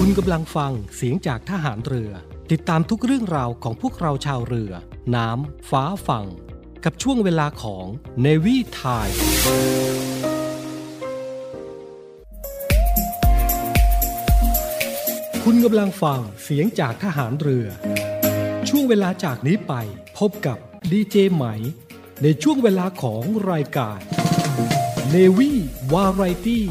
คุณกำลังฟังเสียงจากทหารเรือติดตามทุกเรื่องราวของพวกเราชาวเรือน้ำฟ้าฝั่งกับช่วงเวลาของ Navy Time คุณกำลังฟังเสียงจากทหารเรือช่วงเวลาจากนี้ไปพบกับดีเจไหมในช่วงเวลาของรายการ Navy Variety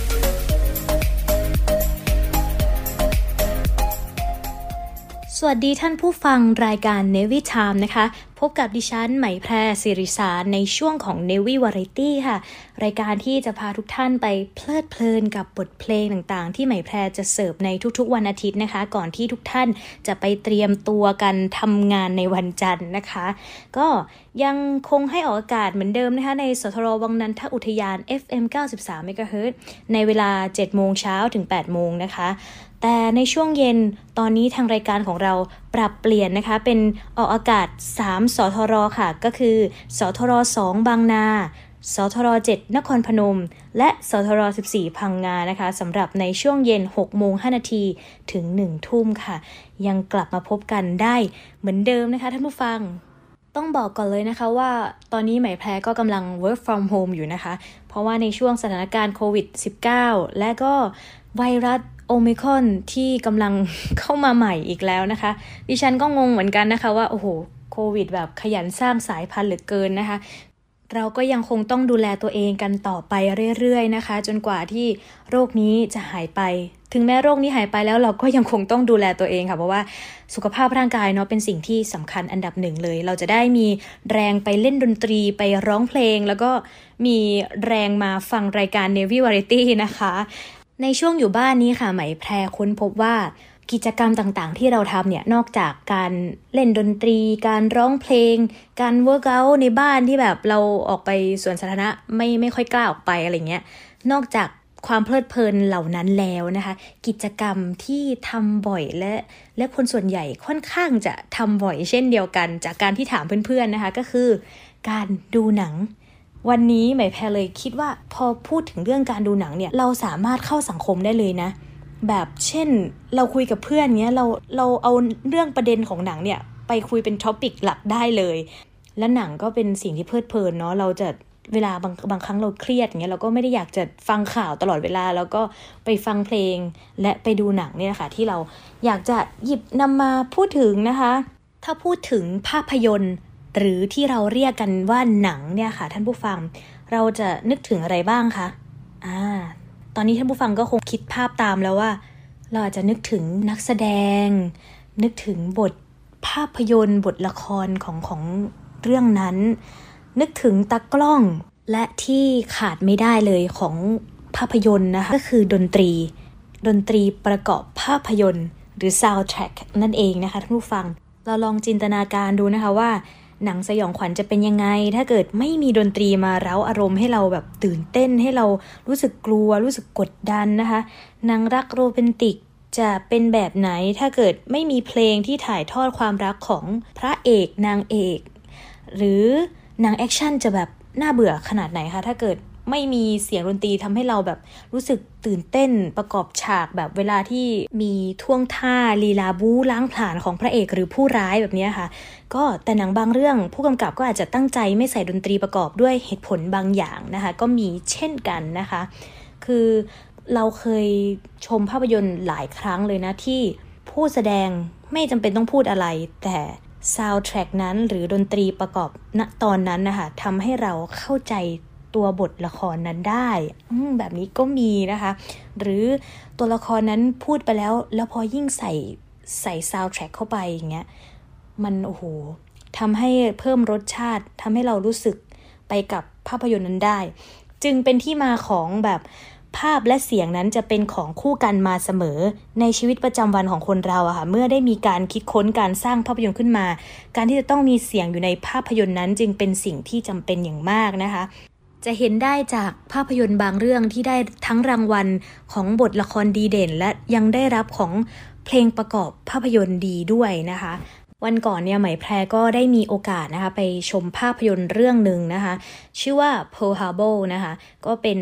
สวัสดีท่านผู้ฟังรายการ Navy Time นะคะพบกับดิฉันไหมแพรศิริสารในช่วงของ Navy Variety ค่ะรายการที่จะพาทุกท่านไปเพลิดเพลินกับบทเพลงต่างๆที่ไหมแพรจะเสิร์ฟในทุกๆวันอาทิตย์นะคะก่อนที่ทุกท่านจะไปเตรียมตัวกันทำงานในวันจันทร์นะคะก็ยังคงให้ออกอากาศเหมือนเดิมนะคะในสทรวังนันทอุทยาน FM 93 MHz ในเวลา 7 โมงเช้าถึง 8 โมงนะคะแต่ในช่วงเย็นตอนนี้ทางรายการของเราปรับเปลี่ยนนะคะเป็นออกอากาศ3สทรค่ะก็คือสทร2บางนาสทร7นครพนมและสทร14พังงานะคะสำหรับในช่วงเย็น 6:05 น.ถึง 1 ทุ่มค่ะยังกลับมาพบกันได้เหมือนเดิมนะคะท่านผู้ฟังต้องบอกก่อนเลยนะคะว่าตอนนี้ไหมแพรก็กำลัง work from home อยู่นะคะเพราะว่าในช่วงสถานการณ์โควิด -19 และก็ไวรัสโอมิครอนที่กำลังเข้ามาใหม่อีกแล้วนะคะดิฉันก็งงเหมือนกันนะคะว่าโอ้โหโควิดแบบขยันสร้างสายพันธุ์เหลือเกินนะคะเราก็ยังคงต้องดูแลตัวเองกันต่อไปเรื่อยๆนะคะจนกว่าที่โรคนี้จะหายไปถึงแม้โรคนี้หายไปแล้วเราก็ยังคงต้องดูแลตัวเองค่ะเพราะว่าสุขภาพร่างกายเนาะเป็นสิ่งที่สำคัญอันดับหนึ่งเลยเราจะได้มีแรงไปเล่นดนตรีไปร้องเพลงแล้วก็มีแรงมาฟังรายการ Navy Variety นะคะในช่วงอยู่บ้านนี้ค่ะไหมแพรค้นพบว่ากิจกรรมต่างๆที่เราทำเนี่ยนอกจากการเล่นดนตรีการร้องเพลงการเวิร์กเอาท์ในบ้านที่แบบเราออกไปสวนสาธารณะไม่ค่อยกล้าออกไปอะไรเงี้ยนอกจากความเพลิดเพลินเหล่านั้นแล้วนะคะกิจกรรมที่ทำบ่อยและคนส่วนใหญ่ค่อนข้างจะทำบ่อยเช่นเดียวกันจากการที่ถามเพื่อนๆนะคะก็คือการดูหนังวันนี้ไหมแพรเลยคิดว่าพอพูดถึงเรื่องการดูหนังเนี่ยเราสามารถเข้าสังคมได้เลยนะแบบเช่นเราคุยกับเพื่อนเงี้ยเราเอาเรื่องประเด็นของหนังเนี่ยไปคุยเป็นท็อปิกหลักได้เลยและหนังก็เป็นสิ่งที่เพลิดเพลินเนาะเราจะเวลาบางครั้งเราเครียดอย่างเงี้ยเราก็ไม่ได้อยากจะฟังข่าวตลอดเวลาแล้วก็ไปฟังเพลงและไปดูหนังเนี่ยค่ะที่เราอยากจะหยิบนำมาพูดถึงนะคะถ้าพูดถึงภาพยนตร์หรือที่เราเรียกกันว่าหนังเนี่ยค่ะท่านผู้ฟังเราจะนึกถึงอะไรบ้างคะตอนนี้ท่านผู้ฟังก็คงคิดภาพตามแล้วว่าเราอาจจะนึกถึงนักแสดงนึกถึงบทภาพยนตร์บทละครของเรื่องนั้นนึกถึงตากล้องและที่ขาดไม่ได้เลยของภาพยนตร์นะคะก็คือดนตรีประกอบภาพยนตร์หรือ soundtrack นั่นเองนะคะท่านผู้ฟังเราลองจินตนาการดูนะคะว่าหนังสยองขวัญจะเป็นยังไงถ้าเกิดไม่มีดนตรีมาเร้าอารมณ์ให้เราแบบตื่นเต้นให้เรารู้สึกกลัวรู้สึกกดดันนะคะหนังรักโรแมนติกจะเป็นแบบไหนถ้าเกิดไม่มีเพลงที่ถ่ายทอดความรักของพระเอกนางเอกหรือหนังแอคชั่นจะแบบน่าเบื่อขนาดไหนคะถ้าเกิดไม่มีเสียงดนตรีทำให้เราแบบรู้สึกตื่นเต้นประกอบฉากแบบเวลาที่มีท่วงท่าลีลาบู๊ล้างผลาญของพระเอกหรือผู้ร้ายแบบนี้ค่ะก็แต่หนังบางเรื่องผู้กำกับก็อาจจะตั้งใจไม่ใส่ดนตรีประกอบด้วยเหตุผลบางอย่างนะคะก็มีเช่นกันนะคะคือเราเคยชมภาพยนตร์หลายครั้งเลยนะที่ผู้แสดงไม่จำเป็นต้องพูดอะไรแต่ซาวด์แทร็กนั้นหรือดนตรีประกอบณตอนนั้นนะคะทำให้เราเข้าใจตัวบทละครนั้นได้แบบนี้ก็มีนะคะหรือตัวละครนั้นพูดไปแล้วพอยิ่งใส่ซาวด์แทร็กเข้าไปอย่างเงี้ยมันโอ้โหทำให้เพิ่มรสชาติทำให้เรารู้สึกไปกับภาพยนตร์นั้นได้จึงเป็นที่มาของแบบภาพและเสียงนั้นจะเป็นของคู่กันมาเสมอในชีวิตประจำวันของคนเราอะค่ะเมื่อได้มีการคิดค้นการสร้างภาพยนตร์ขึ้นมาการที่จะต้องมีเสียงอยู่ในภาพยนตร์นั้นจึงเป็นสิ่งที่จำเป็นอย่างมากนะคะจะเห็นได้จากภาพยนตร์บางเรื่องที่ได้ทั้งรางวัลของบทละครดีเด่นและยังได้รับของเพลงประกอบภาพยนตร์ดีด้วยนะคะวันก่อนเนี่ยไหมแพรก็ได้มีโอกาสนะคะไปชมภาพยนตร์เรื่องนึงนะคะชื่อว่า Pearl Harbor นะคะก็เป็น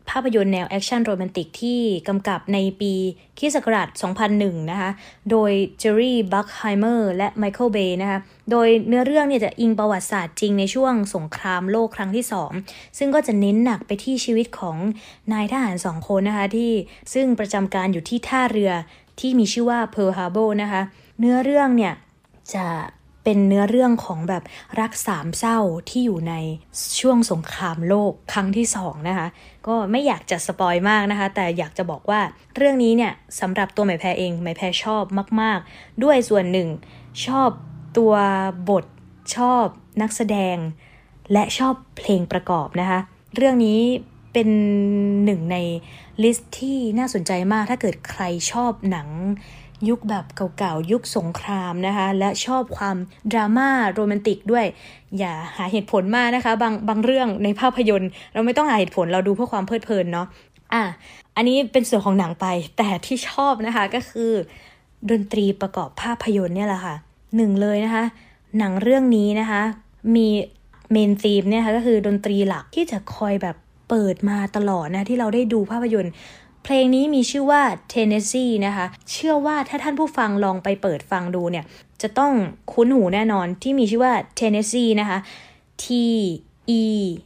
ภาพยนตร์แนวแอคชั่นโรแมนติกที่กำกับในปีค.ศ. 2001 นะคะโดยเจอร์รี่ บัคไฮเมอร์และไมเคิล เบย์นะคะโดยเนื้อเรื่องเนี่ยจะอิงประวัติศาสตร์จริงในช่วงสงครามโลกครั้งที่2ซึ่งก็จะเน้นหนักไปที่ชีวิตของนายทหาร2คนนะคะที่ซึ่งประจำการอยู่ที่ท่าเรือที่มีชื่อว่า Pearl Harbor นะคะเนื้อเรื่องเนี่ยจะเป็นเนื้อเรื่องของแบบรักสามเศร้าที่อยู่ในช่วงสงครามโลกครั้งที่2นะคะก็ไม่อยากจะสปอยมากนะคะแต่อยากจะบอกว่าเรื่องนี้เนี่ยสำหรับตัวไหมแพรเองไหมแพรชอบมากๆด้วยส่วนหนึ่งชอบตัวบทชอบนักแสดงและชอบเพลงประกอบนะคะเรื่องนี้เป็นหนึ่งในลิสต์ที่น่าสนใจมากถ้าเกิดใครชอบหนังยุคแบบเก่าๆยุคสงครามนะคะและชอบความดราม่าโรแมนติกด้วยอย่าหาเหตุผลมากนะคะบางเรื่องในภาพยนตร์เราไม่ต้องหาเหตุผลเราดูเพื่อความเพลิดเพลินเนาะอันนี้เป็นส่วนของหนังไปแต่ที่ชอบนะคะก็คือดนตรีประกอบภาพยนตร์เนี่ยแหละค่ะหนึ่งเลยนะคะหนังเรื่องนี้นะคะมีเมนธีมเนี่ยค่ะก็คือดนตรีหลักที่จะคอยแบบเปิดมาตลอดนะที่เราได้ดูภาพยนตร์เพลงนี้มีชื่อว่า Tennessee นะคะเชื่อว่าถ้าท่านผู้ฟังลองไปเปิดฟังดูเนี่ยจะต้องคุ้นหูแน่นอนที่มีชื่อว่า Tennessee นะคะ T E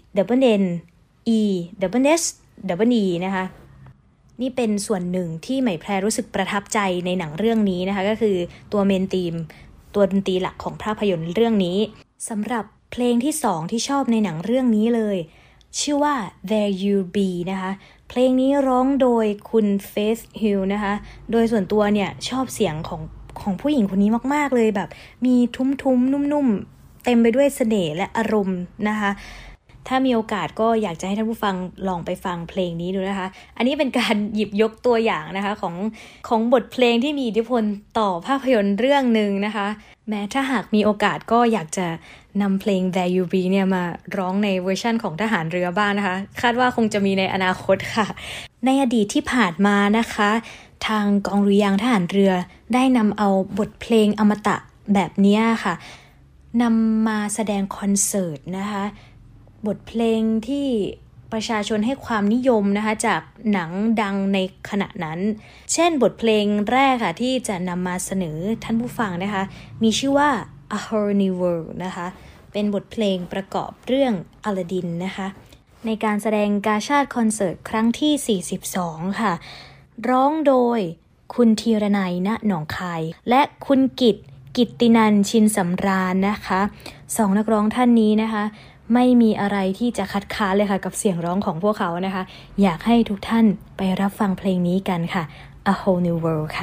N E S E นะคะนี่เป็นส่วนหนึ่งที่ไหมแพรรู้สึกประทับใจในหนังเรื่องนี้นะคะก็คือตัวเมนธีมตัวดนตรีหลักของภาพยนตร์เรื่องนี้สำหรับเพลงที่2ที่ชอบในหนังเรื่องนี้เลยชื่อว่า There You Be นะคะเพลงนี้ร้องโดยคุณ Faith Hill นะคะโดยส่วนตัวเนี่ยชอบเสียงของผู้หญิงคนนี้มากๆเลยแบบมีทุ้มๆนุ่มๆเต็มไปด้วยเสน่ห์และอารมณ์นะคะถ้ามีโอกาสก็อยากจะให้ท่านผู้ฟังลองไปฟังเพลงนี้ดูนะคะอันนี้เป็นการหยิบยกตัวอย่างนะคะของบทเพลงที่มีอิทธิพลต่อภาพยนตร์เรื่องนึงนะคะแม้ถ้าหากมีโอกาสก็อยากจะนำเพลง There You Be เนี่ยมาร้องในเวอร์ชั่นของทหารเรือบ้างนะคะคาดว่าคงจะมีในอนาคตค่ะในอดีตที่ผ่านมานะคะทางกองดุริยางค์ทหารเรือได้นำเอาบทเพลงอมตะแบบนี้ค่ะนำมาแสดงคอนเสิร์ตนะคะบทเพลงที่ประชาชนให้ความนิยมนะคะจากหนังดังในขณะนั้นเช่นบทเพลงแรกค่ะที่จะนำมาเสนอท่านผู้ฟังนะคะมีชื่อว่า A Whole New World นะคะเป็นบทเพลงประกอบเรื่องอลาดินนะคะในการแสดงกาชาดคอนเสิร์ตครั้งที่42ค่ะร้องโดยคุณธีรนัย ณ หนองคายและคุณกิตตินันท์ ชินสำราญนะคะ2นักร้องท่านนี้นะคะไม่มีอะไรที่จะคัดค้านเลยค่ะกับเสียงร้องของพวกเขานะคะอยากให้ทุกท่านไปรับฟังเพลงนี้กันค่ะ A Whole New World ค่ะ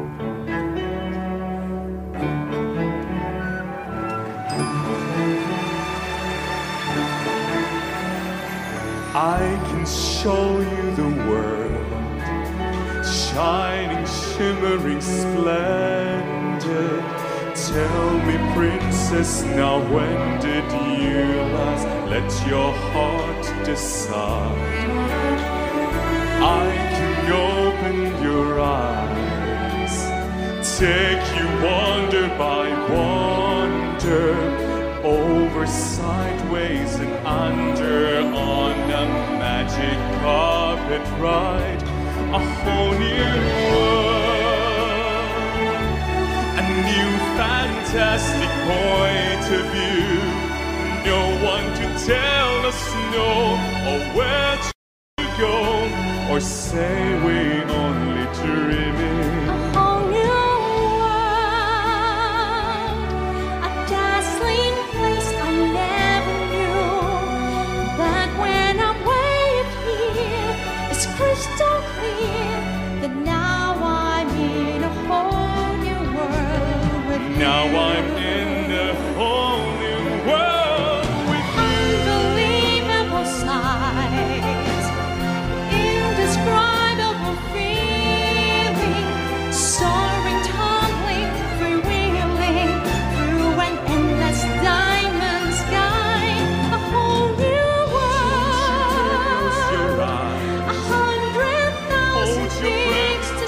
I can show you the world shining, shimmering, splendid. Tell me, princess, now when did you last let your heart decide? I can open your eyes, take you wonder by wonder, over, sideways, and under, on a magic carpet ride, a whole new world, a new fantastic point of view. No one to tell us no, or where to go, or say we only dreaming. A whole new world, a dazzling place I never knew. But when I'm way up here, it's crystal clear that now I'm in a whole new world with you. Now I'm in a whole new world with you. Unbelievable sights, indescribable feeling, soaring, tumbling, freewheeling through an endless diamond sky. A whole new Close your world, eyes, 100,000 hold your things breath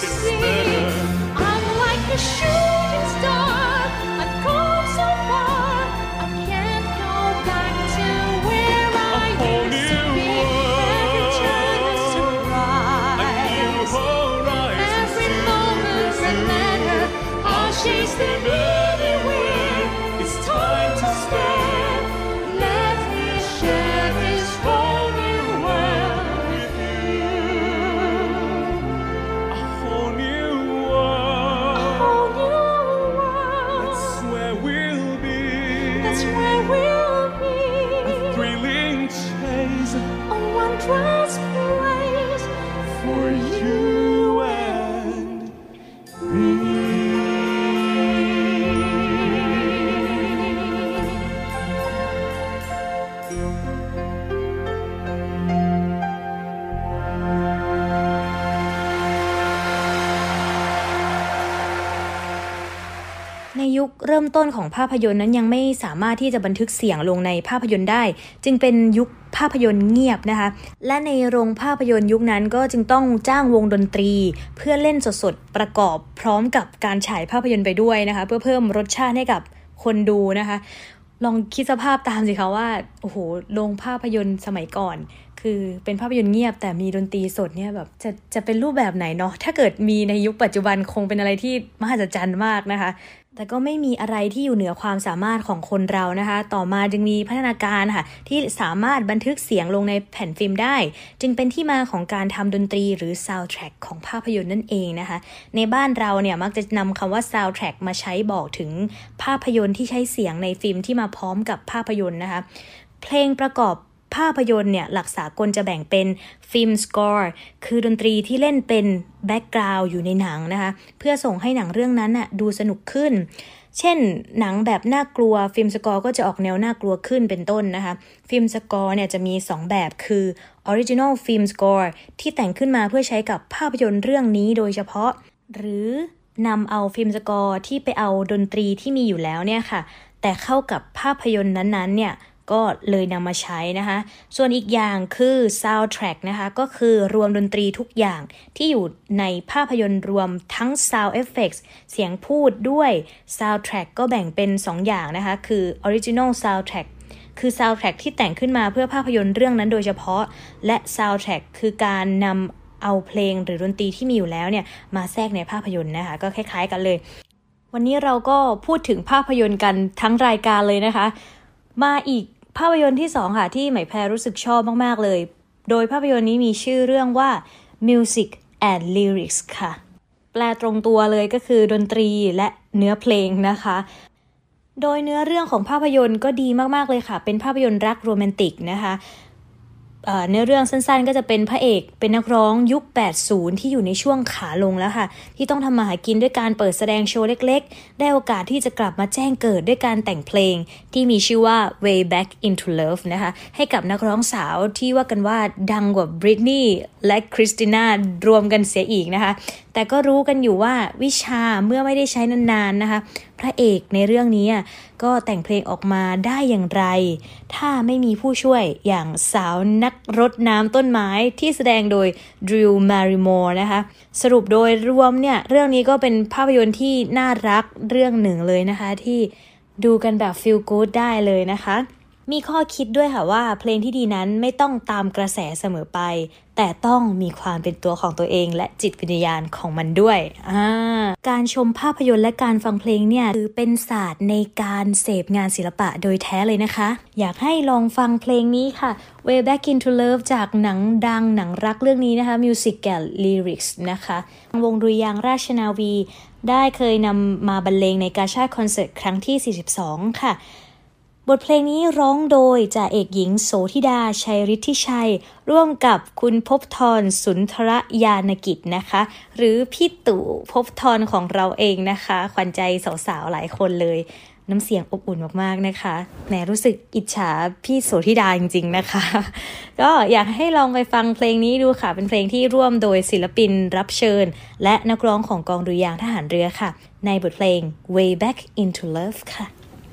ในยุคเริ่มต้นของภาพยนตร์นั้นยังไม่สามารถที่จะบันทึกเสียงลงในภาพยนตร์ได้จึงเป็นยุคภาพยนตร์เงียบนะคะและในโรงภาพยนตร์ยุคนั้นก็จึงต้องจ้างวงดนตรีเพื่อเล่นสดๆประกอบพร้อมกับการฉายภาพยนตร์ไปด้วยนะคะเพื่อเพิ่มรสชาติให้กับคนดูนะคะลองคิดสภาพตามสิคะว่าโอ้โหโรงภาพยนตร์สมัยก่อนคือเป็นภาพยนตร์เงียบแต่มีดนตรีสดเนี่ยแบบจะเป็นรูปแบบไหนเนาะถ้าเกิดมีในยุคปัจจุบันคงเป็นอะไรที่มหัศจรรย์มากนะคะแต่ก็ไม่มีอะไรที่อยู่เหนือความสามารถของคนเรานะคะต่อมาจึงมีพัฒนาการค่ะที่สามารถบันทึกเสียงลงในแผ่นฟิล์มได้จึงเป็นที่มาของการทำดนตรีหรือ soundtrack ของภาพยนตร์นั่นเองนะคะในบ้านเราเนี่ยมักจะนำคำว่า soundtrack มาใช้บอกถึงภาพยนตร์ที่ใช้เสียงในฟิล์มที่มาพร้อมกับภาพยนตร์นะคะเพลงประกอบภาพยนตร์เนี่ยหลักสากลจะแบ่งเป็นฟิล์มสกอร์คือดนตรีที่เล่นเป็นแบ็กกราวด์อยู่ในหนังนะคะเพื่อส่งให้หนังเรื่องนั้นน่ะดูสนุกขึ้นเช่นหนังแบบน่ากลัวฟิล์มสกอร์ก็จะออกแนวน่ากลัวขึ้นเป็นต้นนะคะฟิล์มสกอร์เนี่ยจะมี2แบบคือ Original Film Score ที่แต่งขึ้นมาเพื่อใช้กับภาพยนตร์เรื่องนี้โดยเฉพาะหรือนำเอาฟิล์มสกอร์ที่ไปเอาดนตรีที่มีอยู่แล้วเนี่ยค่ะแต่เข้ากับภาพยนตร์นั้นๆเนี่ยก็เลยนำมาใช้นะคะส่วนอีกอย่างคือ soundtrack นะคะก็คือรวมดนตรีทุกอย่างที่อยู่ในภาพยนตร์รวมทั้ง sound effects เสียงพูดด้วย soundtrack ก็แบ่งเป็น2อย่างนะคะคือ original soundtrack คือ soundtrack ที่แต่งขึ้นมาเพื่อภาพยนตร์เรื่องนั้นโดยเฉพาะและ soundtrack คือการนำเอาเพลงหรือดนตรีที่มีอยู่แล้วเนี่ยมาแทรกในภาพยนตร์นะคะก็คล้ายๆกันเลยวันนี้เราก็พูดถึงภาพยนตร์กันทั้งรายการเลยนะคะมาอีกภาพยนตร์ที่2ค่ะที่ไหมแพรรู้สึกชอบมากๆเลยโดยภาพยนตร์นี้มีชื่อเรื่องว่า Music and Lyrics ค่ะแปลตรงตัวเลยก็คือดนตรีและเนื้อเพลงนะคะโดยเนื้อเรื่องของภาพยนตร์ก็ดีมากๆเลยค่ะเป็นภาพยนตร์รักโรแมนติกนะคะเนื้อเรื่องสั้นๆก็จะเป็นพระเอกเป็นนักร้องยุค 80 ที่อยู่ในช่วงขาลงแล้วค่ะที่ต้องทำมาหากินด้วยการเปิดแสดงโชว์เล็กๆได้โอกาสที่จะกลับมาแจ้งเกิดด้วยการแต่งเพลงที่มีชื่อว่า Way Back into Love นะคะให้กับนักร้องสาวที่ว่ากันว่าดังกว่า Britney และ Christina รวมกันเสียอีกนะคะแต่ก็รู้กันอยู่ว่าวิชาเมื่อไม่ได้ใช้นานๆนะคะพระเอกในเรื่องนี้ก็แต่งเพลงออกมาได้อย่างไรถ้าไม่มีผู้ช่วยอย่างสาวนักรดน้ำต้นไม้ที่แสดงโดย Drew Barrymore นะคะสรุปโดยรวมเนี่ยเรื่องนี้ก็เป็นภาพยนตร์ที่น่ารักเรื่องหนึ่งเลยนะคะที่ดูกันแบบ feel good ได้เลยนะคะมีข้อคิดด้วยค่ะว่าเพลงที่ดีนั้นไม่ต้องตามกระแสเสมอไปแต่ต้องมีความเป็นตัวของตัวเองและจิตวิญญาณของมันด้วยการชมภาพยนตร์และการฟังเพลงเนี่ยคือเป็นศาสตร์ในการเสพงานศิลปะโดยแท้เลยนะคะอยากให้ลองฟังเพลงนี้ค่ะ Way Back into Love จากหนังดังหนังรักเรื่องนี้นะคะ Music and Lyrics นะคะวงดุริยางค์ราชนาวีได้เคยนำมาบรรเลงในกาชาดคอนเสิร์ตครั้งที่42ค่ะบทเพลงนี้ร้องโดยจ่าเอกหญิงโสธิดาชัยฤทธิชัยร่วมกับคุณภพธรสุนทรยานกิจนะคะหรือพี่ตู่ภพธรของเราเองนะคะขวัญใจสาวๆหลายคนเลยน้ำเสียงอบอุ่นมากๆนะคะแหมรู้สึกอิจฉาพี่โสธิดาจริงๆนะคะก็อยากให้ลองไปฟังเพลงนี้ดูค่ะเป็นเพลงที่ร่วมโดยศิลปินรับเชิญและนักร้องของกองดุริยางค์ทหารเรือค่ะในบทเพลง Way Back into Love ค่ะ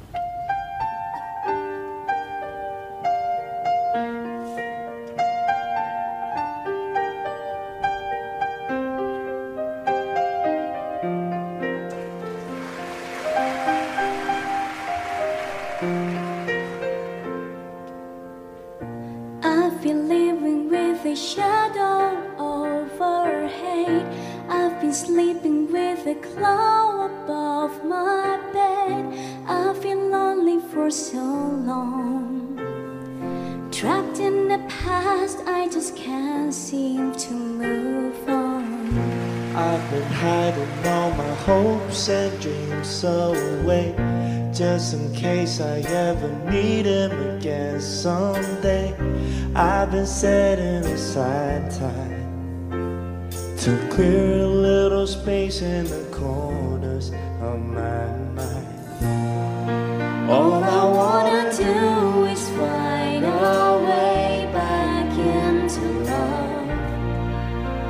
I've been living with a shadow overhead. I've been sleeping with a cloud above my bed. I've been lonely for so long. Trapped in the past, I just can't seem to move on. I've been hiding all my hopes and dreams away, just in case I ever need him again someday. I've been setting aside time to clear a little space in the corners of my mind. All I wanna do is find a way back into love.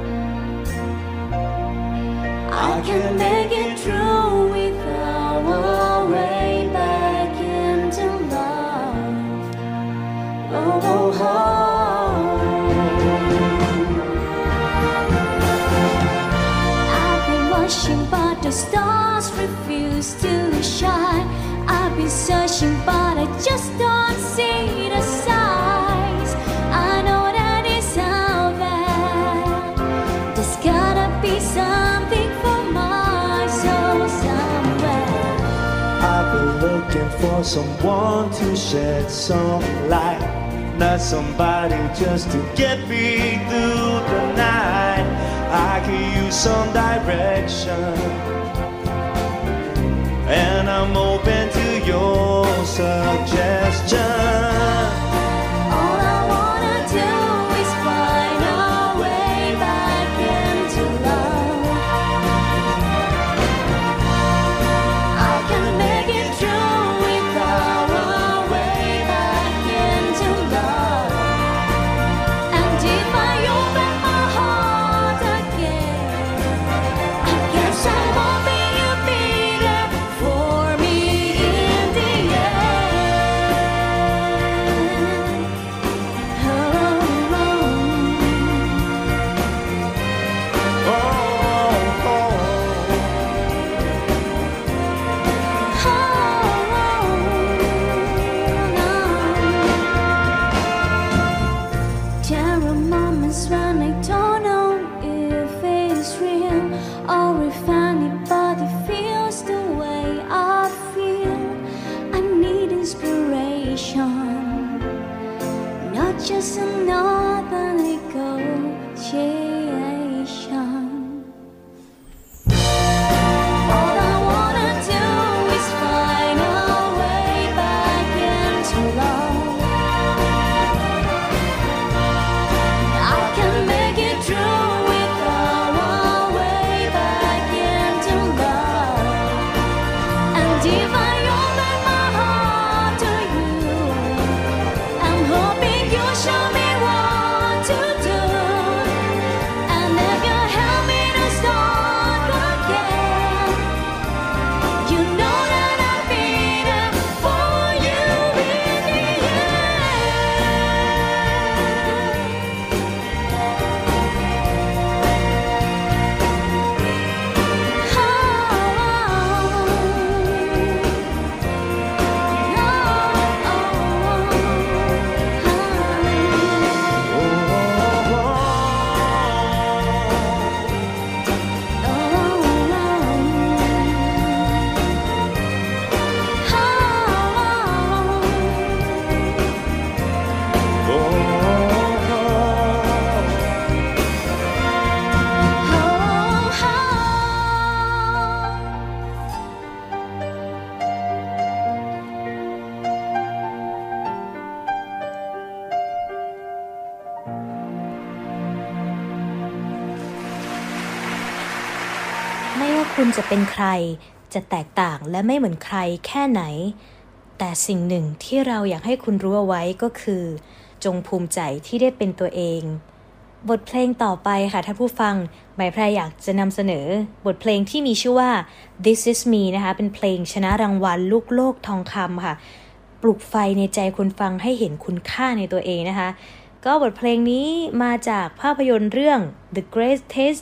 I can make it through without oh, I've been watching but the stars refuse to shine. I've been searching but I just don't see the signs. I know that it's out there. There's gotta be something for my soul somewhere. I've been looking for someone to shed some light, not somebody just to get me through the night. I could use some direction, and I'm open to your suggestion. All I wanna do is find a way back into love. I can make it through without a way back into love. And if I open my heart again, I guess I'm hoping you'll be there for me in the end. Oh, Oh, oh, There are moments when I don't know if it's real or if anybody feels the way I feel. I need inspiration, not just another negotiation. All I wanna do is find a way back into love. I can make it through without a way back into love. And if I open my heart to you, I'm hoping you'll show me what to do. And if you help me to start again, you know that I'll be there for you in the ไม่ว่าคุณจะเป็นใครจะแตกต่างและไม่เหมือนใครแค่ไหน แต่สิ่งหนึ่งที่เราอยากให้คุณรู้เอาไว้ก็คือจงภูมิใจที่ได้เป็นตัวเองบทเพลงต่อไปค่ะท่านผู้ฟังหมายแพรอยากจะนำเสนอบทเพลงที่มีชื่อว่า This Is Me นะคะเป็นเพลงชนะรางวัลลูกโลกทองคำค่ะปลุกไฟในใจคนฟังให้เห็นคุณค่าในตัวเองนะคะก็บทเพลงนี้มาจากภาพยนตร์เรื่อง The Greatest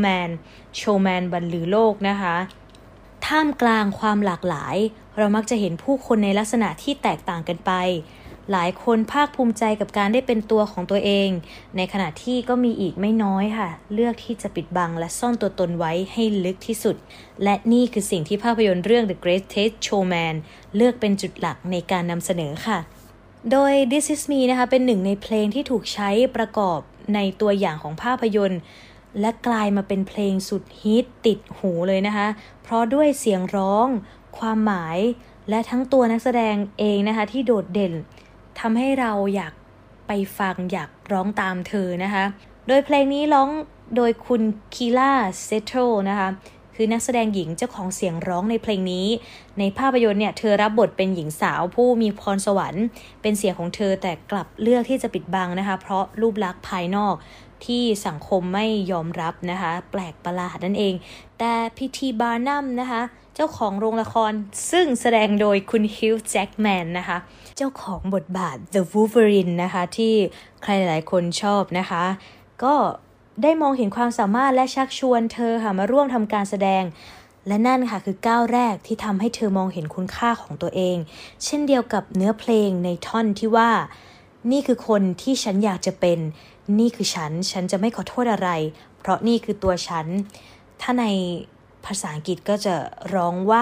Showman บรรลือโลกนะคะท่ามกลางความหลากหลายเรามักจะเห็นผู้คนในลักษณะที่แตกต่างกันไปหลายคนภาคภูมิใจกับการได้เป็นตัวของตัวเองในขณะที่ก็มีอีกไม่น้อยค่ะเลือกที่จะปิดบังและซ่อนตัวตนไว้ให้ลึกที่สุดและนี่คือสิ่งที่ภาพยนตร์เรื่อง The Greatest Showman เลือกเป็นจุดหลักในการนำเสนอค่ะโดย This Is Me นะคะเป็นหนึ่งในเพลงที่ถูกใช้ประกอบในตัวอย่างของภาพยนตร์และกลายมาเป็นเพลงสุดฮิตติดหูเลยนะคะเพราะด้วยเสียงร้องความหมายและทั้งตัวนักแสดงเองนะคะที่โดดเด่นทำให้เราอยากไปฟังอยากร้องตามเธอนะคะโดยเพลงนี้ร้องโดยคุณคีล่าเซโตรนะคะคือนักแสดงหญิงเจ้าของเสียงร้องในเพลงนี้ในภาพยนตร์เนี่ยเธอรับบทเป็นหญิงสาวผู้มีพรสวรรค์เป็นเสียงของเธอแต่กลับเลือกที่จะปิดบังนะคะเพราะรูปลักษณ์ภายนอกที่สังคมไม่ยอมรับนะคะแปลกประหลาดนั่นเองแต่พีทีบาร์นัมนะคะเจ้าของโรงละครซึ่งแสดงโดยคุณฮิวจ์แจ็คแมนนะคะเจ้าของบทบาท The Wolverine นะคะที่ใครหลายคนชอบนะคะก็ได้มองเห็นความสามารถและชักชวนเธอค่ะมาร่วมทำการแสดงและนั่นค่ะคือก้าวแรกที่ทำให้เธอมองเห็นคุณค่าของตัวเองเช่นเดียวกับเนื้อเพลงในท่อนที่ว่านี่คือคนที่ฉันอยากจะเป็นนี่คือฉันจะไม่ขอโทษอะไรเพราะนี่คือตัวฉันถ้าในภาษาอังกฤษก็จะร้องว่า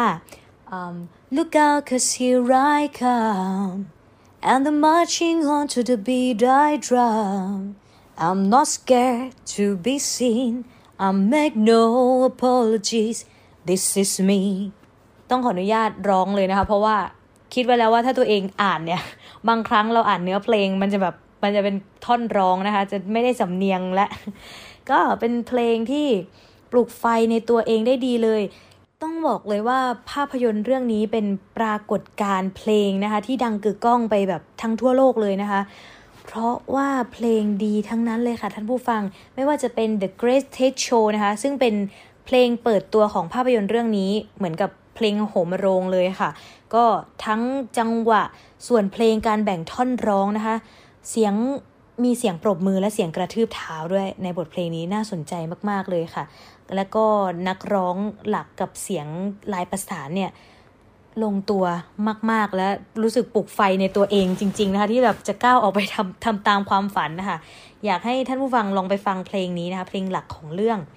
Look out 'cause here I come and the marching on to the beat I drum I'm not scared to be seen I make no apologies This is me ต้องขออนุญาตร้องเลยนะคะเพราะว่าคิดไว้แล้วว่าถ้าตัวเองอ่านเนี่ยบางครั้งเราอ่านเนื้อเพลงมันจะเป็นท่อนร้องนะคะจะไม่ได้สำเนียงและก็เป็นเพลงที่ปลุกไฟในตัวเองได้ดีเลยต้องบอกเลยว่าภาพยนตร์เรื่องนี้เป็นปรากฏการณ์เพลงนะคะที่ดังกึกก้องไปแบบทั้งทั่วโลกเลยนะคะเพราะว่าเพลงดีทั้งนั้นเลยค่ะท่านผู้ฟังไม่ว่าจะเป็น The Greatest Show นะคะซึ่งเป็นเพลงเปิดตัวของภาพยนตร์เรื่องนี้เหมือนกับเพลงโหมโรงเลยค่ะก็ทั้งจังหวะส่วนเพลงการแบ่งท่อนร้องนะคะมีเสียงปรบมือและเสียงกระทืบเท้าด้วยในบทเพลงนี้น่าสนใจมากๆเลยค่ะแล้วก็นักร้องหลักกับเสียงลายประสานเนี่ยลงตัวมากๆและรู้สึกปลุกไฟในตัวเองจริงๆนะคะที่แบบจะก้าวออกไปทำตามความฝันนะคะอยากให้ท่านผู้ฟังลองไปฟังเพลงนี้นะคะเพลงหลักของเรื่อง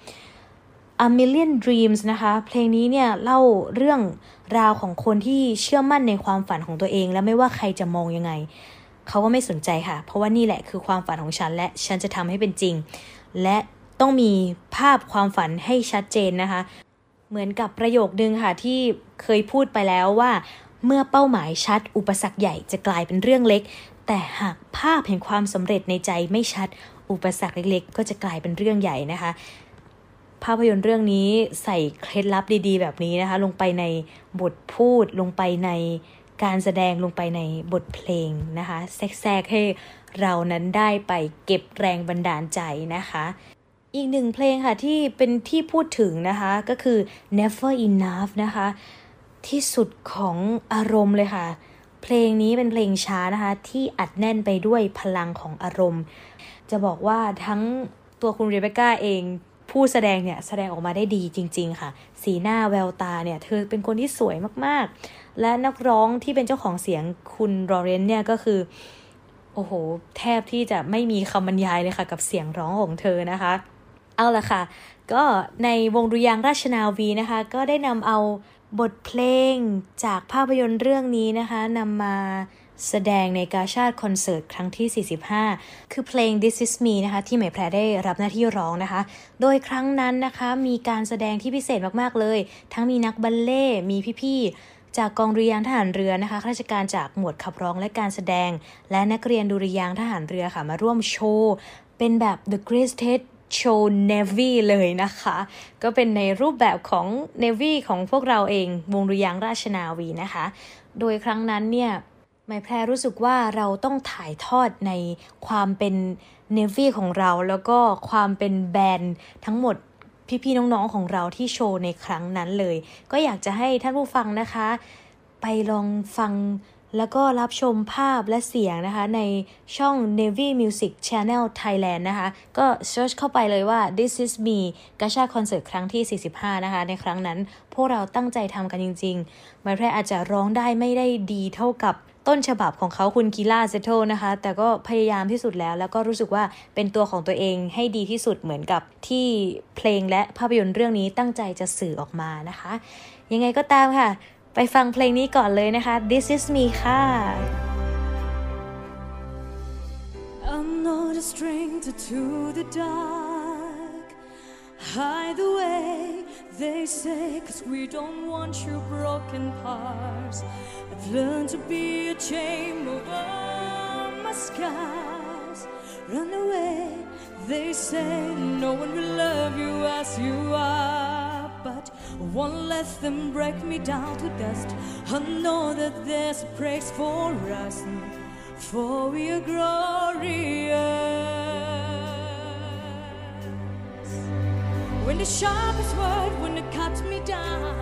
A Million Dreams นะคะเพลงนี้เนี่ยเล่าเรื่องราวของคนที่เชื่อมั่นในความฝันของตัวเองและไม่ว่าใครจะมองยังไงเขาก็ไม่สนใจค่ะเพราะว่านี่แหละคือความฝันของฉันและฉันจะทำให้เป็นจริงและต้องมีภาพความฝันให้ชัดเจนนะคะเหมือนกับประโยคนึงค่ะที่เคยพูดไปแล้วว่าเมื่อเป้าหมายชัดอุปสรรคใหญ่จะกลายเป็นเรื่องเล็กแต่หากภาพแห่งความสำเร็จในใจไม่ชัดอุปสรรคเล็กๆก็จะกลายเป็นเรื่องใหญ่นะคะภาพยนตร์เรื่องนี้ใส่เคล็ดลับดีๆแบบนี้นะคะลงไปในบทพูดลงไปในการแสดงลงไปในบทเพลงนะคะแทรกให้เรานั้นได้ไปเก็บแรงบันดาลใจนะคะอีกหนึ่งเพลงค่ะที่เป็นที่พูดถึงนะคะก็คือ Never Enough นะคะที่สุดของอารมณ์เลยค่ะเพลงนี้เป็นเพลงช้านะคะที่อัดแน่นไปด้วยพลังของอารมณ์จะบอกว่าทั้งตัวคุณเรเบคก้าเองผู้แสดงเนี่ยแสดงออกมาได้ดีจริงๆค่ะสีหน้าแววตาเนี่ยเธอเป็นคนที่สวยมากๆและนักร้องที่เป็นเจ้าของเสียงคุณลอเรนซ์เนี่ยก็คือโอ้โหแทบที่จะไม่มีคำบรรยายเลยค่ะกับเสียงร้องของเธอนะคะเอาล่ะค่ะก็ในวงดุริยางค์ราชนาวีนะคะก็ได้นำเอาบทเพลงจากภาพยนตร์เรื่องนี้นะคะนำมาแสดงในกาชาดคอนเสิร์ตครั้งที่45คือเพลง This Is Me นะคะที่ไหมแพรได้รับหน้าที่ร้องนะคะโดยครั้งนั้นนะคะมีการแสดงที่พิเศษมากๆเลยทั้งมีนักบัลเล่ต์มีพี่ๆจากกองดุริยางค์ทหารเรือนะคะข้าราชการจากหมวดขับร้องและการแสดงและนักเรียนดุริยางค์ทหารเรือค่ะมาร่วมโชว์เป็นแบบ The Greatest Show Navy เลยนะคะก็เป็นในรูปแบบของ Navy ของพวกเราเองวงดุริยางค์ราชนาวีนะคะโดยครั้งนั้นเนี่ยหมายแพรรู้สึกว่าเราต้องถ่ายทอดในความเป็น Navy ของเราแล้วก็ความเป็นแบนด์ทั้งหมดพี่ๆน้องๆของเราที่โชว์ในครั้งนั้นเลยก็อยากจะให้ท่านผู้ฟังนะคะไปลองฟังแล้วก็รับชมภาพและเสียงนะคะในช่อง Navy Music Channel Thailand นะคะก็เซิร์ชเข้าไปเลยว่า This is me กาชาคอนเสิร์ตครั้งที่45นะคะในครั้งนั้นพวกเราตั้งใจทำกันจริงๆหมายแพรอาจจะร้องได้ไม่ได้ดีเท่ากับต้นฉบับของเขาคุณกีล่าเซโตนะคะแต่ก็พยายามที่สุดแล้วก็รู้สึกว่าเป็นตัวของตัวเองให้ดีที่สุดเหมือนกับที่เพลงและภาพยนตร์เรื่องนี้ตั้งใจจะสื่อออกมานะคะยังไงก็ตามค่ะไปฟังเพลงนี้ก่อนเลยนะคะ This is me ค่ะ I'm not a stranger to the dark Hide away they say cause we don't want your broken parts I've learned to be a chain over my scars Run away they say no one will love you as you are But won't let them break me down to dust I know that there's a place for us For we are glorious the sharpest word when it cuts me down.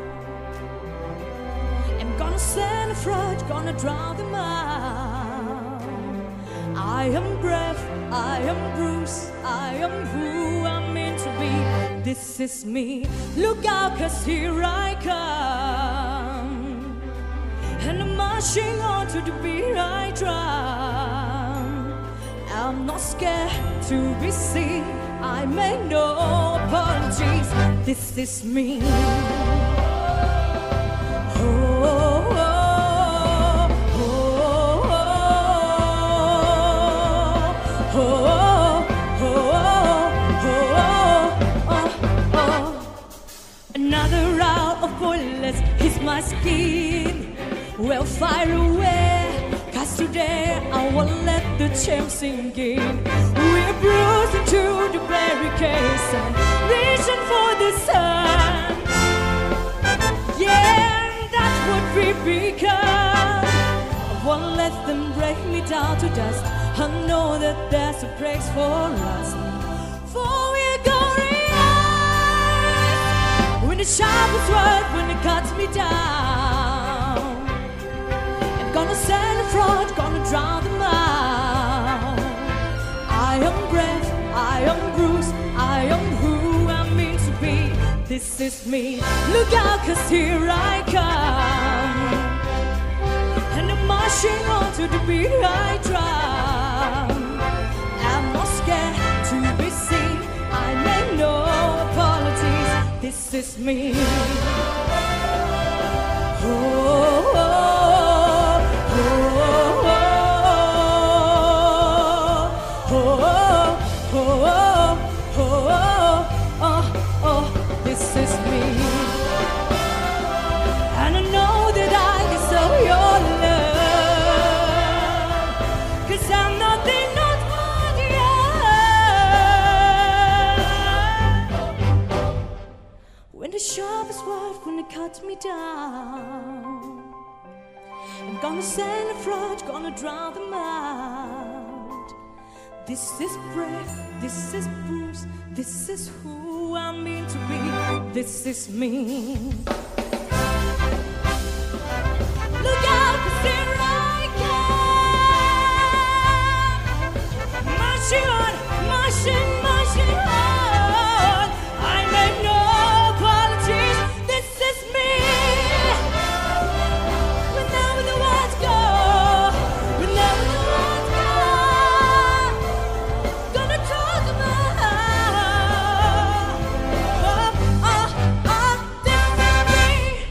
I'm gonna send a flood, gonna drown them out. I am brave, I am bruised, I am who I'm meant to be. This is me. Look out, 'cause here I come, and I'm marching on to the beat I drum. I'm not scared to be seen, I make no apologies. This is me. Oh, oh, oh, oh, oh, oh, oh. Another round of bullets hits my skin. Well, fire away, 'cause today I won't let the chains sink in. We're bruising to the barricades and reaching for the sun. Yeah, that's what we become. I won't let them break me down to dust. I know that there's a place for us, for we're going on. When the sharpest word, when it cuts me down, I'm gonna send a flood, gonna drown them out. I am brave, I am bruised, I am who I'm meant to be. This is me. Look out, 'cause here I come, and I'm marching on to the beat I drum. I'm not scared to be seen, I make no apologies. This is me. Oh, oh, oh, oh, oh, oh, oh, oh, this is me. And I know that I deserve your love, 'cause I'm nothing, not worthy. When the sharpest word, when it cuts me down, I'm gonna send a flood, gonna drown them out. This is brave, this is bruised, this is who I'm meant to be. This is me. Look out, 'cause here I come, marching on, marching, marching on. I make no apologies. This is me. Whenever the words go, whenever the words go, gonna talk about. Oh, oh, oh, this is me.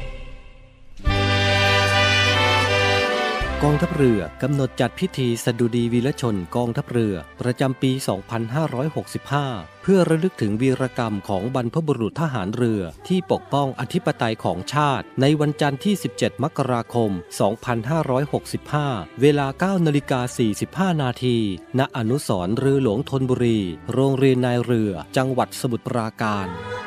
กองทัพเรือกำหนดจัดพิธีสดุดีวีรชนกองทัพเรือประจำปี 2565 เพื่อระลึกถึงวีรกรรมของบรรพบุรุษทหารเรือที่ปกป้องอธิปไตยของชาติในวันจันทร์ที่ 17 มกราคม 2565 เวลา 9:45 น.ณ อนุสรณ์เรือหลวงธนบุรี โรงเรียนนายเรือ จังหวัดสมุทรปราการ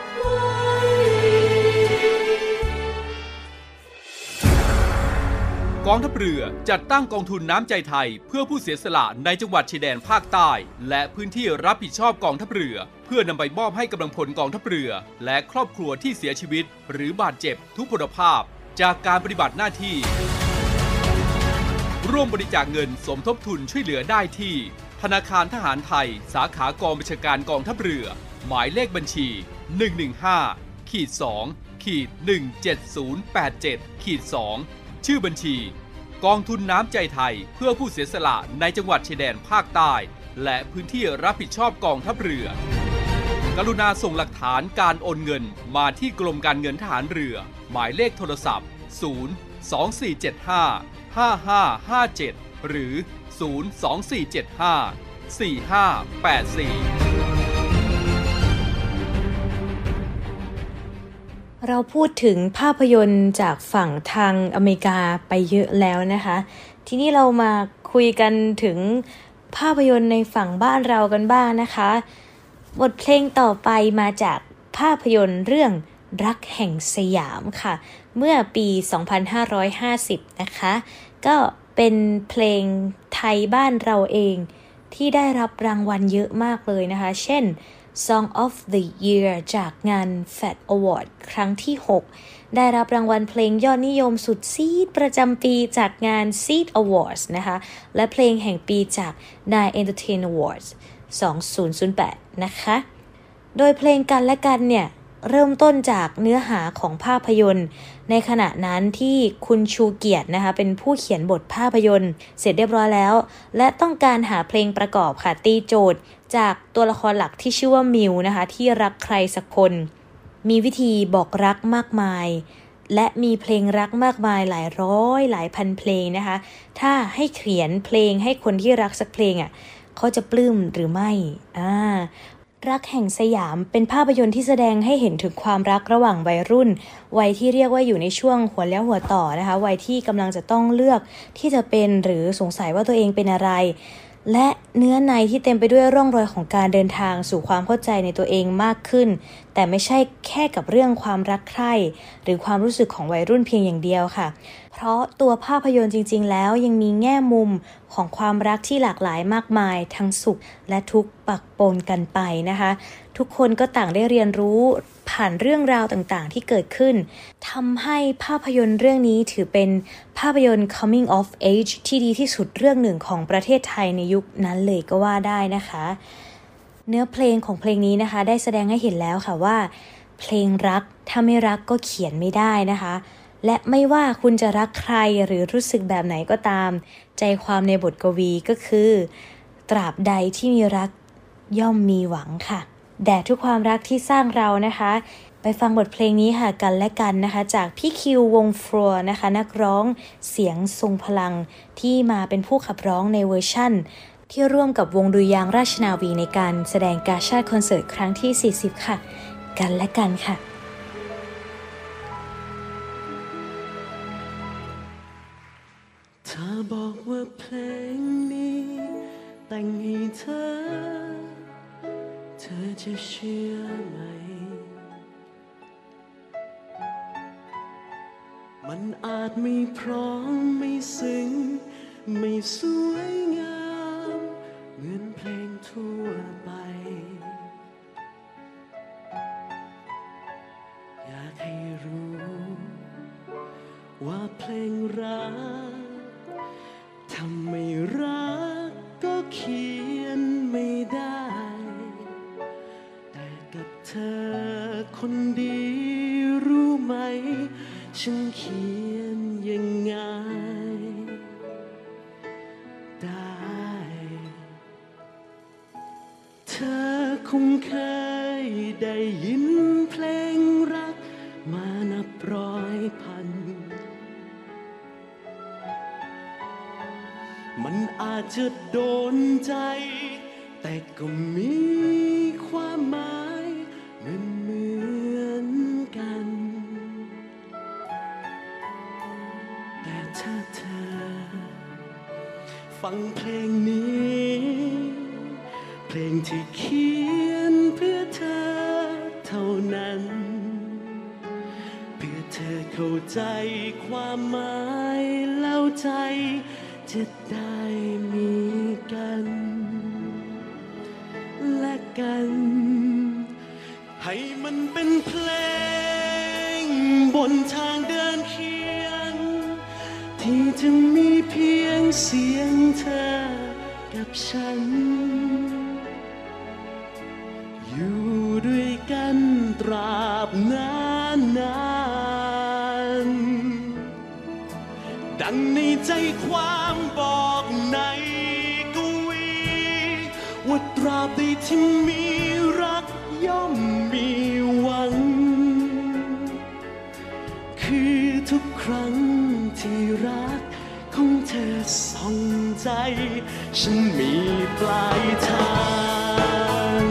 กองทัพเรือจัดตั้งกองทุนน้ำใจไทยเพื่อผู้เสียสละในจังหวัดชายแดนภาคใต้และพื้นที่รับผิดชอบกองทัพเรือเพื่อนำไปมอบให้กำลังพลกองทัพเรือและครอบครัวที่เสียชีวิตหรือบาดเจ็บทุพพลภาพจากการปฏิบัติหน้าที่ร่วมบริจาคเงินสมทบทุนช่วยเหลือได้ที่ธนาคารทหารไทยสาขากองบัญชาการกองทัพเรือหมายเลขบัญชี 115-2-17087-2 ชื่อบัญชีกองทุนน้ำใจไทยเพื่อผู้เสียสละในจังหวัดชายแดนภาคใต้และพื้นที่รับผิดชอบกองทัพเรือกรุณาส่งหลักฐานการโอนเงินมาที่กรมการเงินทหารเรือหมายเลขโทรศัพท์ 024755557 หรือ 024754584 เราพูดถึงภาพยนตร์จากฝั่งทางอเมริกาไปเยอะแล้วนะคะทีนี้เรามาคุยกันถึงภาพยนตร์ในฝั่งบ้านเรากันบ้างนะคะบทเพลงต่อไปมาจากภาพยนตร์เรื่องรักแห่งสยามค่ะเมื่อปี 2550 นะคะก็เป็นเพลงไทยบ้านเราเองที่ได้รับรางวัลเยอะมากเลยนะคะเช่น Song of the Year จากงาน FAT Award ครั้งที่ 6 ได้รับรางวัลเพลงยอดนิยมสุดซีดประจำปีจากงาน Seed Awards นะคะและเพลงแห่งปีจาก Nine Entertain Awards 2008 นะคะโดยเพลงกันและกันเนี่ยเริ่มต้นจากเนื้อหาของภาพยนตร์ในขณะนั้นที่คุณชูเกียรตินะคะเป็นผู้เขียนบทภาพยนตร์เสร็จเรียบร้อยแล้วและต้องการหาเพลงประกอบค่ะตีโจทย์จากตัวละครหลักที่ชื่อว่ามิวนะคะที่รักใครสักคนมีวิธีบอกรักมากมายและมีเพลงรักมากมายหลายร้อยหลายพันเพลงนะคะถ้าให้เขียนเพลงให้คนที่รักสักเพลงเขาจะปลื้มหรือไม่รักแห่งสยามเป็นภาพยนตร์ที่แสดงให้เห็นถึงความรักระหว่างวัยรุ่นวัยที่เรียกว่าอยู่ในช่วงหัวเลี้ยวหัวต่อนะคะวัยที่กำลังจะต้องเลือกที่จะเป็นหรือสงสัยว่าตัวเองเป็นอะไรและเนื้อในที่เต็มไปด้วยร่องรอยของการเดินทางสู่ความเข้าใจในตัวเองมากขึ้นแต่ไม่ใช่แค่กับเรื่องความรักใคร่หรือความรู้สึกของวัยรุ่นเพียงอย่างเดียวค่ะเพราะตัวภาพยนตร์จริงๆแล้วยังมีแง่มุมของความรักที่หลากหลายมากมายทั้งสุขและทุกข์ปะปนกันไปนะคะทุกคนก็ต่างได้เรียนรู้ผ่านเรื่องราวต่างๆที่เกิดขึ้นทำให้ภาพยนตร์เรื่องนี้ถือเป็นภาพยนตร์ coming of age ที่ดีที่สุดเรื่องหนึ่งของประเทศไทยในยุคนั้นเลยก็ว่าได้นะคะเนื้อเพลงของเพลงนี้นะคะได้แสดงให้เห็นแล้วค่ะว่าเพลงรักถ้าไม่รักก็เขียนไม่ได้นะคะและไม่ว่าคุณจะรักใครหรือรู้สึกแบบไหนก็ตามใจความในบทกวีก็คือตราบใดที่มีรักย่อมมีหวังค่ะแด่ทุกความรักที่สร้างเรานะคะไปฟังบทเพลงนี้ค่ะกันและกันนะคะจากพี่คิววงฟลัวนะคะนักร้องเสียงทรงพลังที่มาเป็นผู้ขับร้องในเวอร์ชั่นที่ร่วมกับวงดุริยางค์ราชนาวีในการแสดงกาชาดคอนเสิร์ตครั้งที่40ค่ะกันและกันค่ะถ้าบอกว่าเพลงนี้แต่งให้เธอจะเชื่อไหมมันอาจไม่พร้อมไม่ซึ้งไม่สวยงามเหมือนเพลงทั่วไปอยากให้รู้ว่าเพลงรักทำไม่รักก็เขียนไม่ได้แต่กับเธอคนดีรู้ไหมฉันเขียนยังไงได้เธอคงเคยได้ยินเพลงรักมานับร้อยพันมันอาจจะโดนใจแต่ก็มีความหมายเหมือนกันแต่ถ้าเธอฟังเพลงนี้เพลงที่เขียนเพื่อเธอเท่านั้นเพื่อเธอเข้าใจความหมายแล้วใจจะได้มีกันและกันให้มันเป็นเพลงบนทางเดินเคียงที่จะมีเพียงเสียงเธอกับฉันอยู่ด้วยกันตราบนานดังในใจความบอกในกวีว่าตราบใดที่มีรักย่อมมีหวังคือทุกครั้งที่รักของเธอส่องใจฉันมีปลายทาง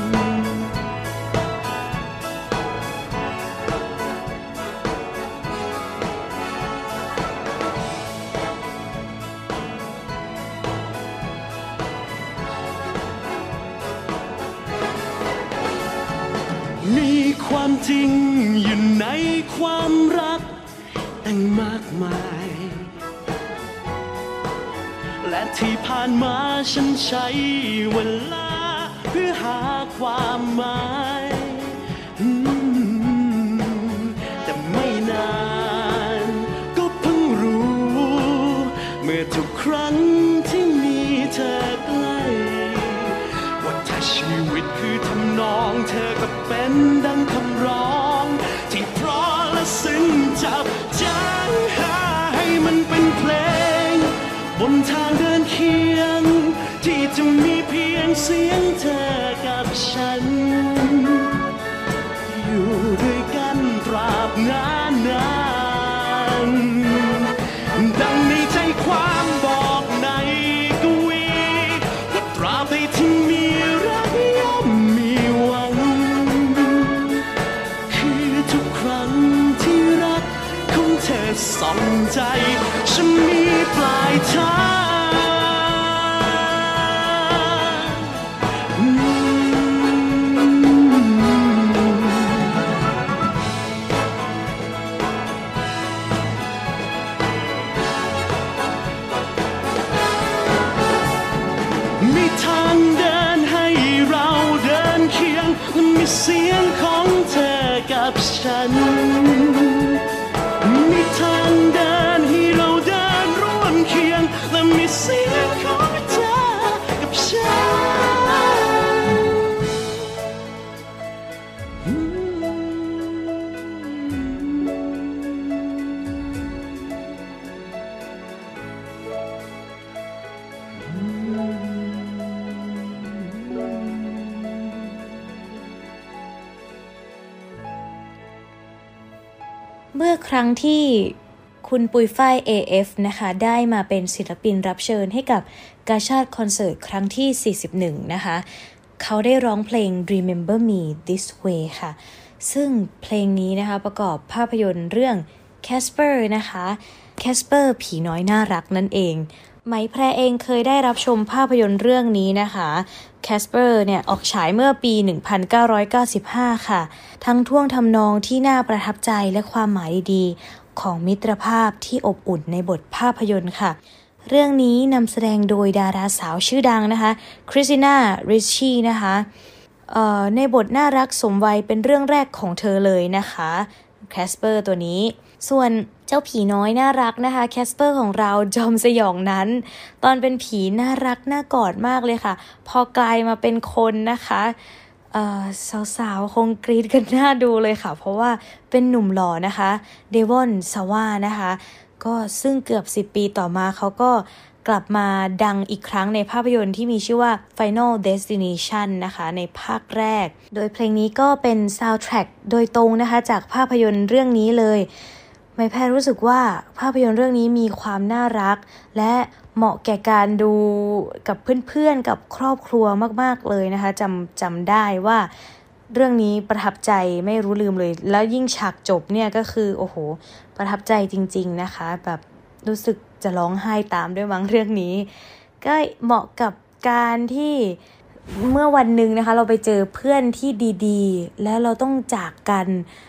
มีความจริงอยู่ในความรักตั้งมากมายและที่ผ่านมาฉันใช้เวลาพื่อหาความหมายแต่ไม่นานก็เพิ่งรู้เมื่อทุกครั้งที่มีเธอใกล้ว่าถ้าชีวิตคือทำนองเธอก็เป็นดังคำร้องที่เพราะและซึ้งจับใจให้มันเป็นเพลงบนทางเดินเคียงที่จะมีเพียงเสียงเธอกับฉันอยู่ด้วยกันตราบนานดังในใจความบอกในกวีว่าตราบใดที่มีรักย่อมมีหวังคือทุกครั้งที่รักของเธอส่องใจฉันมีปลายทางมีทางเดินให้เราเดินเคียงและมีเสียงของเธอกับฉันมีทางเดินให้เราเดินร่วมเคียงและมีเสียงของเธอกับฉันเมื่อครั้งที่คุณปุยฝ้าย AF นะคะได้มาเป็นศิลปินรับเชิญให้กับกาชาดคอนเสิร์ตครั้งที่41นะคะเขาได้ร้องเพลง Remember Me This Way ค่ะซึ่งเพลงนี้นะคะประกอบภาพยนตร์เรื่อง Casper นะคะ Casper ผีน้อยน่ารักนั่นเองไหมแพรเองเคยได้รับชมภาพยนตร์เรื่องนี้นะคะ Casper เนี่ยออกฉายเมื่อปี 1995 ค่ะทั้งท่วงทำนองที่น่าประทับใจและความหมายดีๆของมิตรภาพที่อบอุ่นในบทภาพยนตร์ค่ะเรื่องนี้นำแสดงโดยดาราสาวชื่อดังนะคะคริสติน่า ริชชี่นะคะในบทน่ารักสมวัยเป็นเรื่องแรกของเธอเลยนะคะแคสเปอร์ตัวนี้ส่วนเจ้าผีน้อยน่ารักนะคะแคสเปอร์ของเราจอมสยองนั้นตอนเป็นผีน่ารักน่ากอดมากเลยค่ะพอกลายมาเป็นคนนะคะสาวๆคงกรี๊ดกันน่าดูเลยค่ะเพราะว่าเป็นหนุ่มหล่อนะคะเดวอนซาวานะคะก็ซึ่งเกือบ10 ปีต่อมาเขาก็กลับมาดังอีกครั้งในภาพยนตร์ที่มีชื่อว่า Final Destination นะคะในภาคแรกโดยเพลงนี้ก็เป็นซาวด์แทร็กโดยตรงนะคะจากภาพยนตร์เรื่องนี้เลยไมแพรรู้สึกว่าภาพยนตร์เรื่องนี้มีความน่ารักและเหมาะแก่การดูกับเพื่อนๆกับครอบครัวมากๆเลยนะคะจำได้ว่าเรื่องนี้ประทับใจไม่รู้ลืมเลยแล้วยิ่งฉากจบเนี่ยก็คือโอ้โหประทับใจจริงๆนะคะแบบรู้สึกจะร้องไห้ตามด้วยมั้งเรื่องนี้ก็เหมาะกับการที่เมื่อวันหนึ่งนะคะเราไปเจอเพื่อนที่ดีๆแล้วเราต้องจากกัน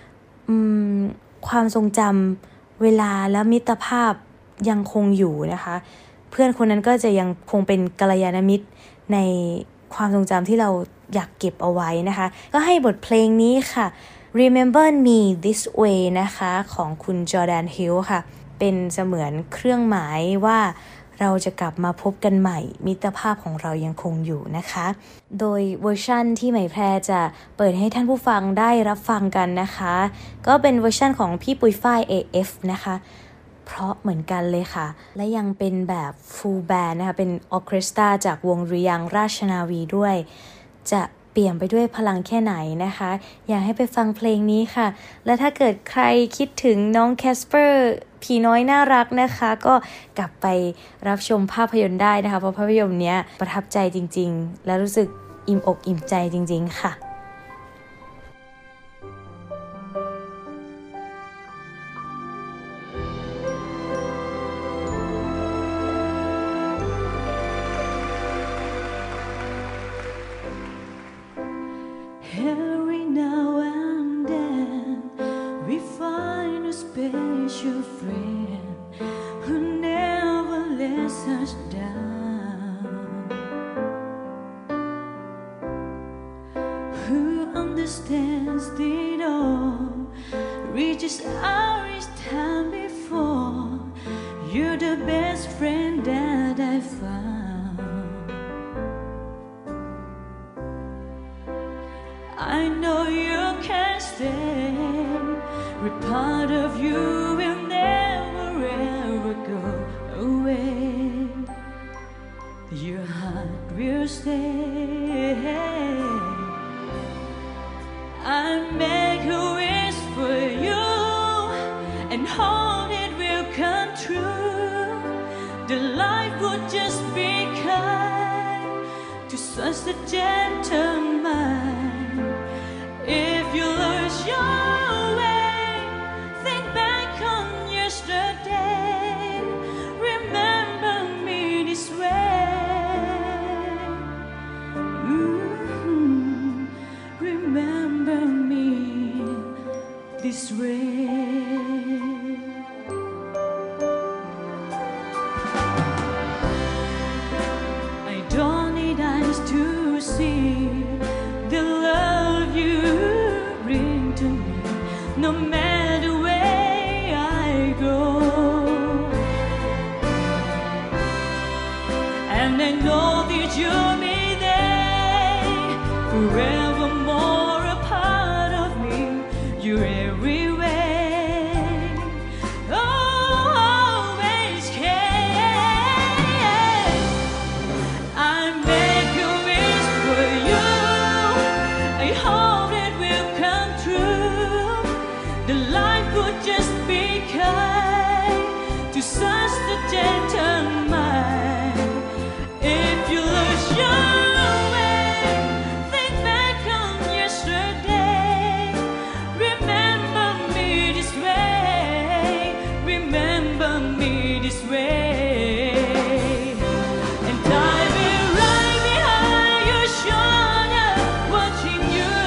ความทรงจำเวลาและมิตรภาพยังคงอยู่นะคะเพื่อนคนนั้นก็จะยังคงเป็นกัลยาณมิตรในความทรงจำที่เราอยากเก็บเอาไว้นะคะก็ให้บทเพลงนี้ค่ะ Remember Me This Way นะคะของคุณจอร์แดนฮิลค่ะเป็นเสมือนเครื่องหมายว่าเราจะกลับมาพบกันใหม่มิตรภาพของเรายังคงอยู่นะคะโดยเวอร์ชั่นที่ไหมแพรจะเปิดให้ท่านผู้ฟังได้รับฟังกันนะคะก็เป็นเวอร์ชั่นของพี่ปุยฝ้าย AF นะคะเพราะเหมือนกันเลยค่ะและยังเป็นแบบ full band นะคะเป็นออร์เคสตราจากวงดุริยางค์ราชนาวีด้วยจะเปลี่ยนไปด้วยพลังแค่ไหนนะคะอยากให้ไปฟังเพลงนี้ค่ะและถ้าเกิดใครคิดถึงน้องแคสเปอร์ผีน้อยน่ารักนะคะก็กลับไปรับชมภาพยนตร์ได้นะคะเพราะภาพยนตร์เนี้ยประทับใจจริงๆและรู้สึกอิ่มอกอิ่มใจจริงๆค่ะ Every now and then we find a special friend who never lets us down. reaches out each time before. You're the best friend that I found. I know you can't stay. Every part of you will never ever go away. Your heart will stay. I make a wish for you and hope it will come true. The life would just be kind to such a gentleman. If you lose your way, think back on yesterday. Remember me this way. Remember me this way. I don't need eyes to see the love you bring to me, no matter where I go. And I know that you'll be there, forevermore a part of me. You're everywhere, always care. I make a wish for you. I hope it will come true. The life would just be kind to such a gentleman. If you lose your way, think back on yesterday. Remember me this way. Remember me this way. And I will right behind your shoulder, watching you.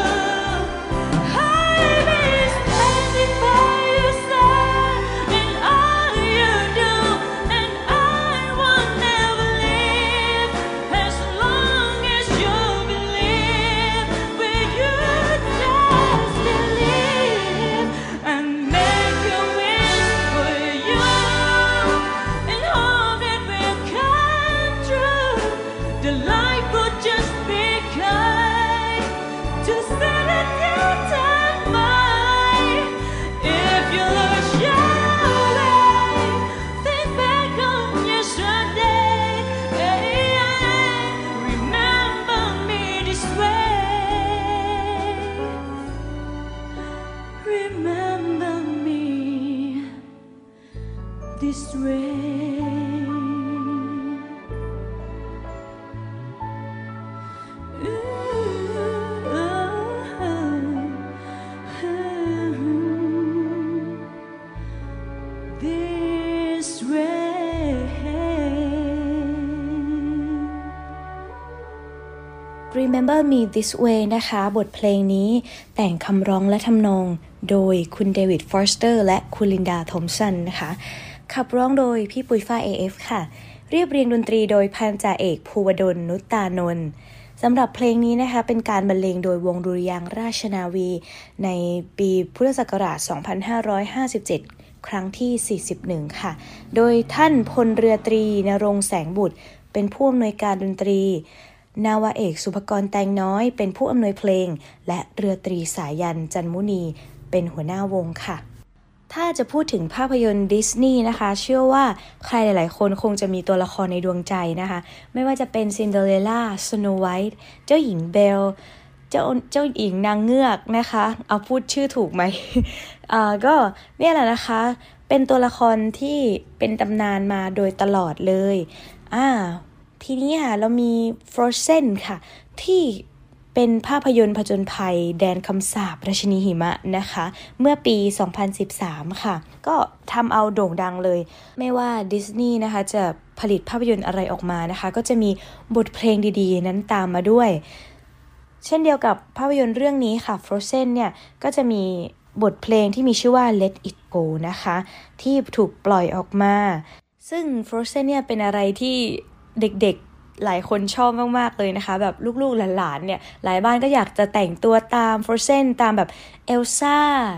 I'll be standing by your side in all you do, and I will never leave as long as you believe. Will you just believe and make a wish for you and hope it will come true? The life would just be kind to set a new time mind. If you lose your way, think back on yesterday. Remember me this way. Remember me this way. This way. Remember Me This Way นะคะ บทเพลงนี้แต่งคำร้องและทำนองโดยคุณเดวิดฟอร์สเตอร์และคุณลินดาทอมสันนะคะขับร้องโดยพี่ปุ้ยฝ้าย AF ค่ะเรียบเรียงดนตรีโดยพันจ่าเอกภูวดลนุตตานนท์สำหรับเพลงนี้นะคะเป็นการบรรเลงโดยวงดุริยางค์ราชนาวีในปีพุทธศักราช 2557 ครั้งที่ 41 ค่ะโดยท่านพลเรือตรีณรงค์แสงบุตรเป็นผู้อำนวยการดนตรีนาวาเอกสุภกรแตงน้อยเป็นผู้อำนวยเพลงและเรือตรีสายันจันมุนีเป็นหัวหน้าวงค่ะถ้าจะพูดถึงภาพยนตร์ดิสนีย์นะคะเชื่อว่าใครหลายๆคนคงจะมีตัวละครในดวงใจนะคะไม่ว่าจะเป็นซินเดอเรลล่าสโนไวท์เจ้าหญิงเบลเจ้าหญิงนางเงือกนะคะเอาพูดชื่อถูกไหม ก็เนี่ยแหละนะคะเป็นตัวละครที่เป็นตำนานมาโดยตลอดเลยทีนี้ค่ะเรามี Frozen ค่ะที่เป็นภาพยนตร์ผจญภัยแดนคำสาปราชินีหิมะนะคะเมื่อปี 2013 ค่ะก็ทำเอาโด่งดังเลยไม่ว่าดิสนีย์นะคะจะผลิตภาพยนตร์อะไรออกมานะคะก็จะมีบทเพลงดีๆนั้นตามมาด้วยเช่นเดียวกับภาพยนตร์เรื่องนี้ค่ะ Frozen เนี่ยก็จะมีบทเพลงที่มีชื่อว่า Let It Go นะคะที่ถูกปล่อยออกมาซึ่ง Frozen เนี่ยเป็นอะไรที่เด็กๆหลายคนชอบมากๆเลยนะคะแบบลูกๆหลานๆเนี่ยหลายบ้านก็อยากจะแต่งตัวตาม Frozen ตามแบบเอลซ่า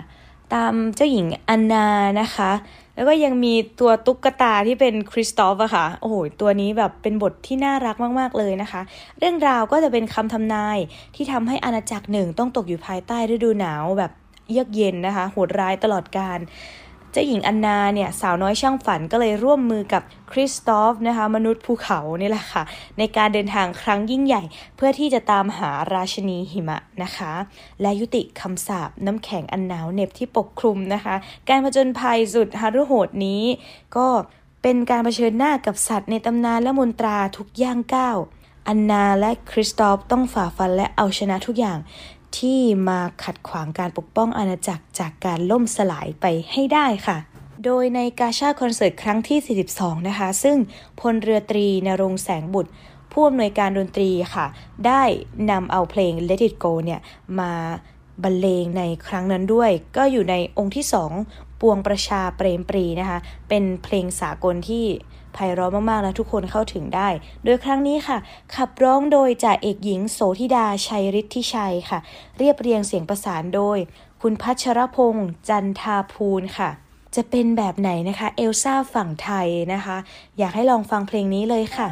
ตามเจ้าหญิงอันนานะคะแล้วก็ยังมีตัวตุ๊กตาที่เป็นคริสตอฟอะค่ะโอ้โหตัวนี้แบบเป็นบทที่น่ารักมากๆเลยนะคะเรื่องราวก็จะเป็นคำทำนายที่ทำให้อาณาจักรหนึ่งต้องตกอยู่ภายใต้ฤดูหนาวแบบเยือกเย็นนะคะโหดร้ายตลอดกาลเจ้าหญิงอันนาเนี่ยสาวน้อยช่างฝันก็เลยร่วมมือกับคริสตอฟนะคะมนุษย์ภูเขานี่แหละค่ะในการเดินทางครั้งยิ่งใหญ่เพื่อที่จะตามหาราชินีหิมะนะคะและยุติคำสาปน้ำแข็งอันหนาวเหน็บที่ปกคลุมนะคะการผจญภัยสุดหฤโหดนี้ก็เป็นการเผชิญหน้ากับสัตว์ในตำนานและมนตราทุกย่างก้าวอันนาและคริสตอฟต้องฝ่าฟันและเอาชนะทุกอย่างที่มาขัดขวางการปกป้องอาณาจักรจากการล่มสลายไปให้ได้ค่ะโดยในกาชาดคอนเสิร์ตครั้งที่42นะคะซึ่งพลเรือตรีณรงค์แสงบุตรผู้อำนวยการดนตรีค่ะได้นำเอาเพลง Let It Go เนี่ยมาบรรเลงในครั้งนั้นด้วยก็อยู่ในองค์ที่2ปวงประชาเปรมปรีนะคะเป็นเพลงสากลที่ไพเราะมากๆและทุกคนเข้าถึงได้โดยครั้งนี้ค่ะขับร้องโดยจ่าเอกหญิงโสธิดาชัยฤทธิชัยค่ะเรียบเรียงเสียงประสานโดยคุณพัชรพงษ์จันทาภูลค่ะจะเป็นแบบไหนนะคะเอลซ่าฝั่งไทยนะคะอยากให้ลองฟังเพลงนี้เลยค่ะ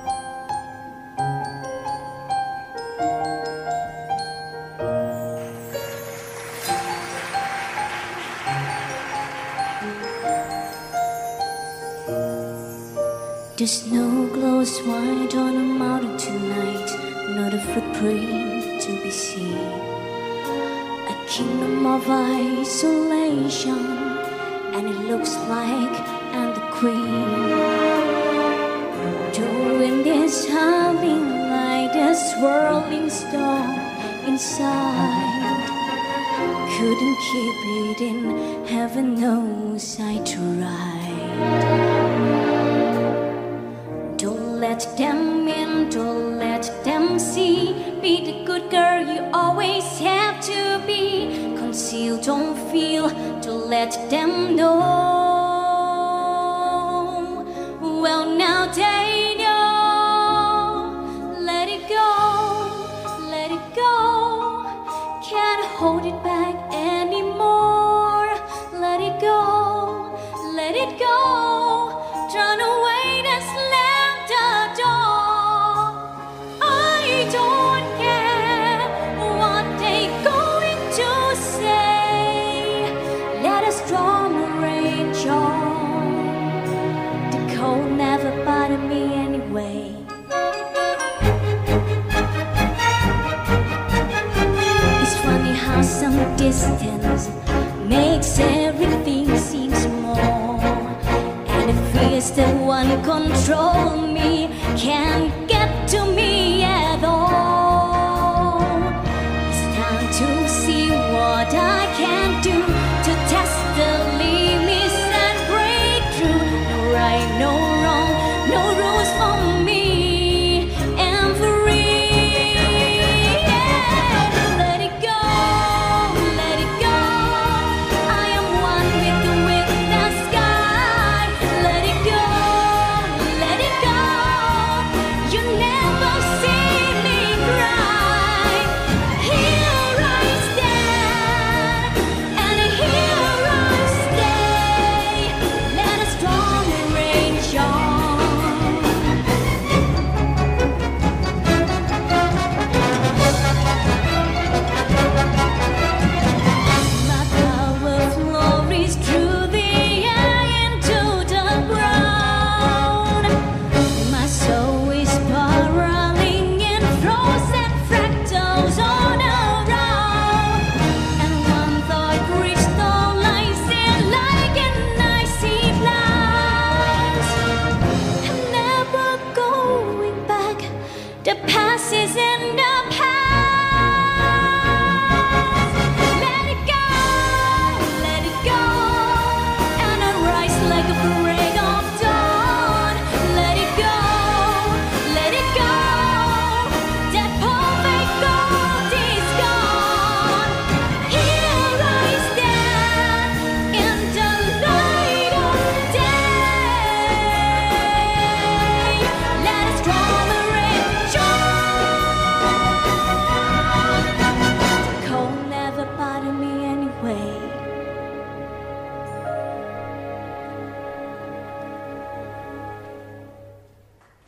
The snow glows white on a mountain tonight, not a footprint to be seen. A kingdom of isolation, and it looks like I'm the queen. The wind is humming like a swirling storm inside. Couldn't keep it in, heaven knows I tried.Don't let them in, don't let them see. Be the good girl you always have to be. Conceal, don't feel, don't let them know. Well, now they know. Let it go, let it go. Can't hold it back anymore. Let it go, let it go.Run away and slam the door. I don't care what they're going to say. Let us storm rage on. The cold never bothered me anyway. It's funny how some distance makes everything seem small.And the fears that one control me can't get to me at all. It's time to see what I can do to test the limits and break through. No right, no wrong, no rules for me. I'm free. Yeah. Let it go, let it go. I am one with the sky.Let it go,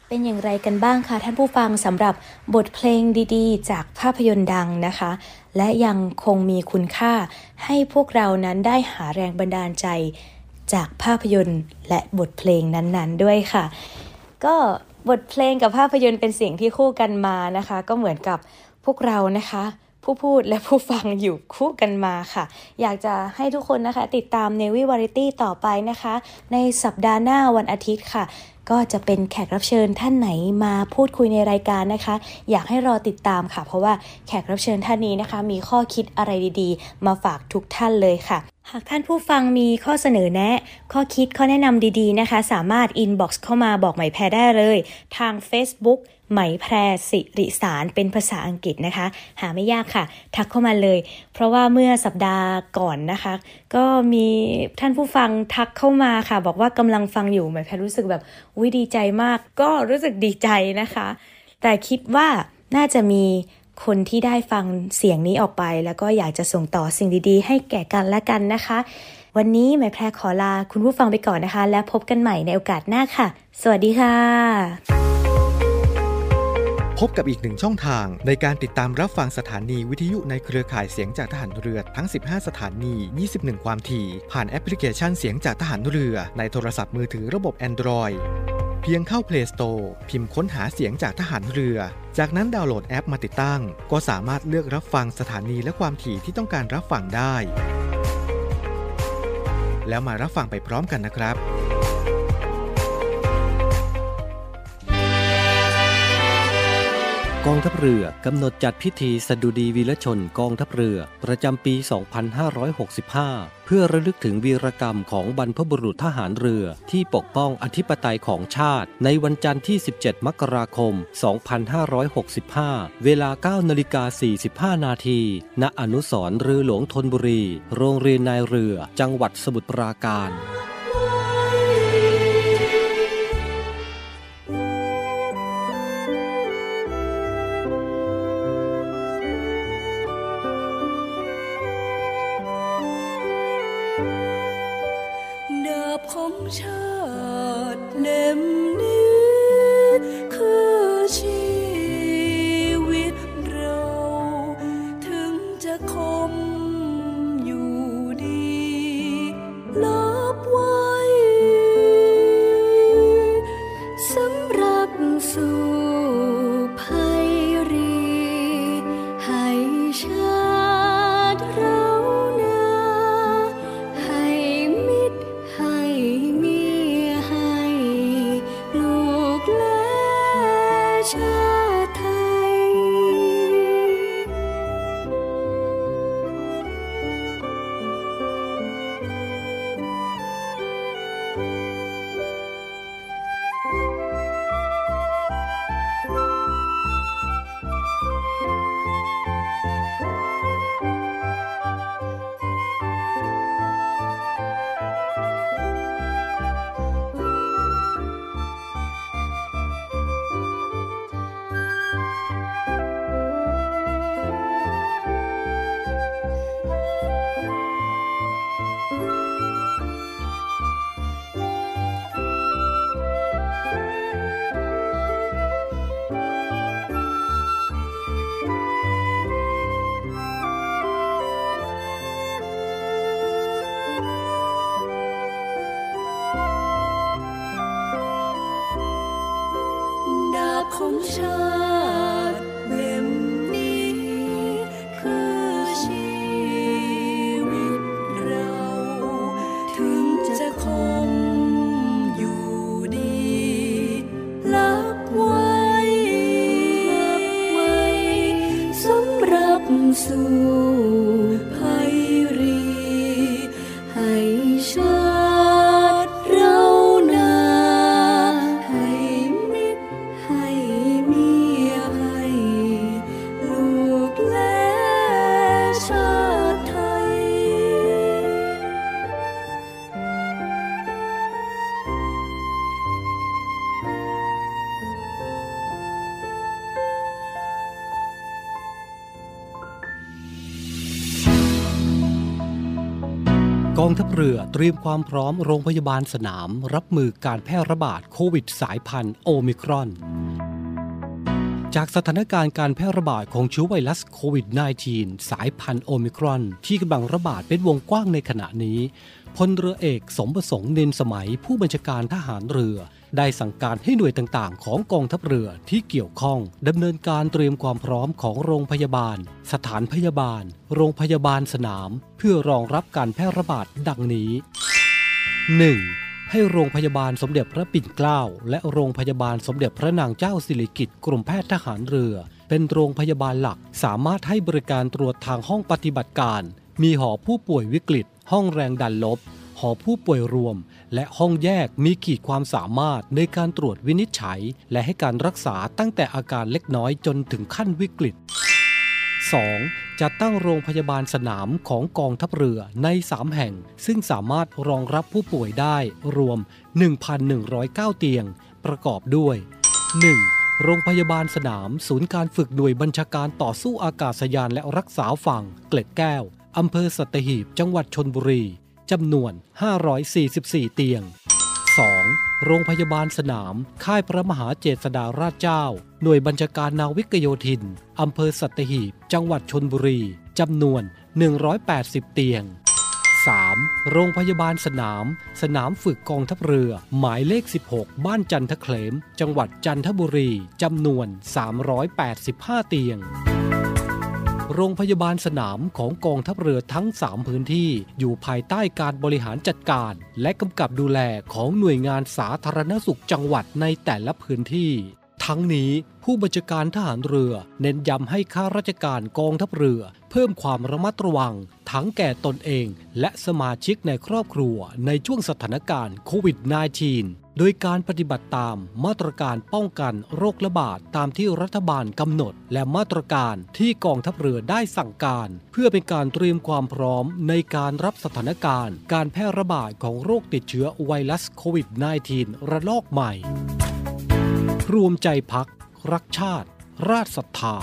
เป็นอย่างไรกันบ้างคะท่านผู้ฟังสำหรับบทเพลงดีๆจากภาพยนตร์ดังนะคะและยังคงมีคุณค่าให้พวกเรานั้นได้หาแรงบันดาลใจจากภาพยนตร์และบทเพลงนั้นๆด้วยค่ะก็บทเพลงกับภาพยนตร์เป็นสิ่งที่คู่กันมานะคะก็เหมือนกับพวกเรานะคะผู้พูดและผู้ฟังอยู่คู่กันมาค่ะอยากจะให้ทุกคนนะคะติดตาม Navy Variety ต่อไปนะคะในสัปดาห์หน้าวันอาทิตย์ค่ะก็จะเป็นแขกรับเชิญท่านไหนมาพูดคุยในรายการนะคะอยากให้รอติดตามค่ะเพราะว่าแขกรับเชิญท่านนี้นะคะมีข้อคิดอะไรดีๆมาฝากทุกท่านเลยค่ะหากท่านผู้ฟังมีข้อเสนอแนะข้อคิดข้อแนะนำดีๆนะคะสามารถ inbox เข้ามาบอกไหมแพรได้เลยทาง Facebook ไหมแพรสิริสารเป็นภาษาอังกฤษนะคะหาไม่ยากค่ะทักเข้ามาเลยเพราะว่าเมื่อสัปดาห์ก่อนนะคะก็มีท่านผู้ฟังทักเข้ามาค่ะบอกว่ากำลังฟังอยู่ไหมแพรรู้สึกแบบดีใจมากก็รู้สึกดีใจนะคะแต่คิดว่าน่าจะมีคนที่ได้ฟังเสียงนี้ออกไปแล้วก็อยากจะส่งต่อสิ่งดีๆให้แก่กันและกันนะคะวันนี้ไหมแพรขอลาคุณผู้ฟังไปก่อนนะคะแล้วพบกันใหม่ในโอกาสหน้าค่ะสวัสดีค่ะพบกับอีกหนึ่งช่องทางในการติดตามรับฟังสถานีวิทยุในเครือข่ายเสียงจากทหารเรือทั้ง15สถานี 21 ความถี่ผ่านแอปพลิเคชันเสียงจากทหารเรือในโทรศัพท์มือถือระบบ Android เพียงเข้า Play Store พิมพ์ค้นหาเสียงจากทหารเรือจากนั้นดาวน์โหลดแอปมาติดตั้งก็สามารถเลือกรับฟังสถานีและความถี่ที่ต้องการรับฟังได้แล้วมารับฟังไปพร้อมกันนะครับกองทัพเรือกำหนดจัดพิธีสดุดีวีรชนกองทัพเรือประจำปี 2565 เพื่อระลึกถึงวีรกรรมของบรรพบุรุษทหารเรือที่ปกป้องอธิปไตยของชาติในวันจันทร์ที่ 17 มกราคม 2565 เวลา 9:45 นาทีณอนุสรณ์เรือหลวงธนบุรีโรงเรียนนายเรือจังหวัดสมุทรปราการของชาติเล่มนี้คือชีวิตเราถึงจะคมอยู่ดีลับไว้สำหรับสู่ภัยรีให้ชาติเรานาให้มิตรให้เมียให้ลูกและชาติไทยของชาติเล่มนี้คือชีวิตเราถึงจะคมอยู่ดีลับไว้สำหรับสู่ภัยรีให้ชาติเรานาให้มิตรให้มีองทัพเรือเตรียมความพร้อมโรงพยาบาลสนามรับมือการแพร่ระบาดโควิดสายพันธุ์โอมิครอนจากสถานการณ์การแพร่ระบาดของเชื้อไวรัสโควิด -19 สายพันธุ์โอมิครอนที่กำลังระบาดเป็นวงกว้างในขณะนี้พลเรือเอกสมประสงค์นินสมัยผู้บัญชาการทหารเรือได้สั่งการให้หน่วยต่างๆของกองทัพเรือที่เกี่ยวข้องดำเนินการเตรียมความพร้อมของโรงพยาบาลสถานพยาบาลโรงพยาบาลสนามเพื่อรองรับการแพร่ระบาดดังนี้ 1. ให้โรงพยาบาลสมเด็จพระปิ่นเกล้าและโรงพยาบาลสมเด็จพระนางเจ้าสิริกิติ์กรมแพทย์ทหารเรือเป็นโรงพยาบาลหลักสามารถให้บริการตรวจทางห้องปฏิบัติการมีหอผู้ป่วยวิกฤตห้องแรงดันลบหอผู้ป่วยรวมและห้องแยกมีขีดความสามารถในการตรวจวินิจฉัยและให้การรักษาตั้งแต่อาการเล็กน้อยจนถึงขั้นวิกฤต 2. จัดตั้งโรงพยาบาลสนามของกองทัพเรือใน3แห่งซึ่งสามารถรองรับผู้ป่วยได้รวม 1,109 เตียงประกอบด้วย 1. โรงพยาบาลสนามศูนย์การฝึกหน่วยบัญชาการต่อสู้อากาศยานและรักษาฝั่งเกล็ดแก้วอำเภอสัตหีบจังหวัดชลบุรีจำนวน544เตียง 2. โรงพยาบาลสนามค่ายพระมหาเจษฎาราชเจ้าหน่วยบัญชาการนาวิกโยธินอำเภอสัตหีบจังหวัดชลบุรีจำนวน180เตียง 3. โรงพยาบาลสนามฝึกกองทัพเรือหมายเลข16บ้านจันทเคลมจังหวัดจันทบุรีจำนวน385เตียงโรงพยาบาลสนามของกองทัพเรือทั้ง3พื้นที่อยู่ภายใต้การบริหารจัดการและกำกับดูแลของหน่วยงานสาธารณสุขจังหวัดในแต่ละพื้นที่ทั้งนี้ผู้บัญชาการทหารเรือเน้นย้ำให้ข้าราชการกองทัพเรือเพิ่มความระมัดระวังทั้งแก่ตนเองและสมาชิกในครอบครัวในช่วงสถานการณ์โควิด -19 โดยการปฏิบัติตามมาตรการป้องกันโรคระบาดตามที่รัฐบาลกำหนดและมาตรการที่กองทัพเรือได้สั่งการเพื่อเป็นการเตรียมความพร้อมในการรับสถานการณ์การแพร่ระบาดของโรคติดเชื้อไวรัสโควิด -19 ระลอกใหม่รวมใจพักรักชาติราชศรัทธา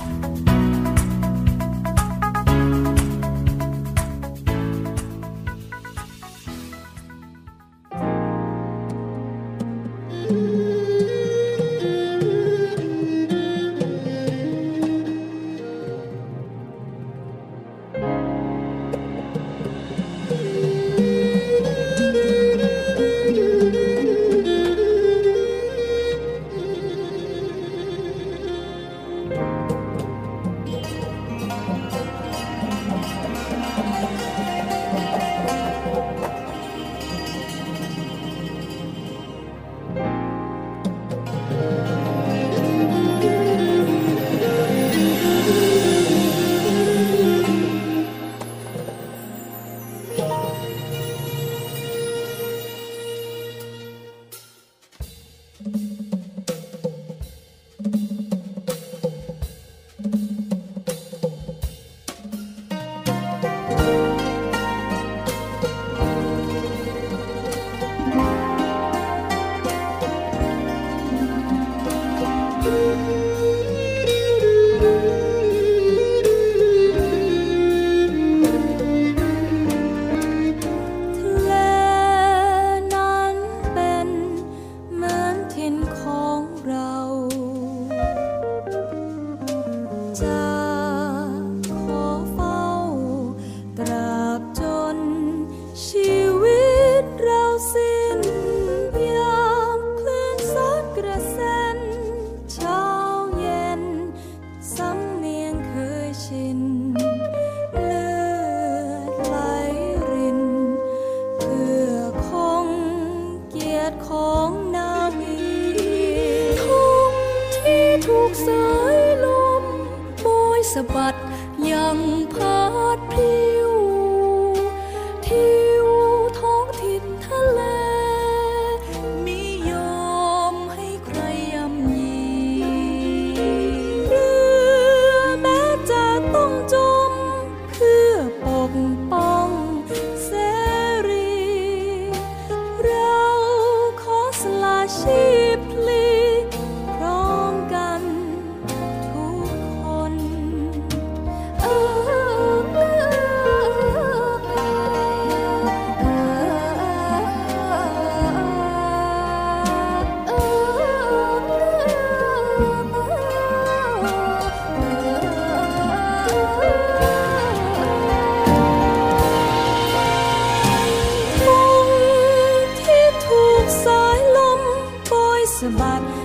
สะบัดยังพัดพลิ้วทิวท้องถิ่นทะเลมิยอมให้ใครย่ำยีเรือแม้จะต้องจมเพื่อปกป้องเสรีเราขอสละชีพพลีพร้อมกันทุกคนสะบัด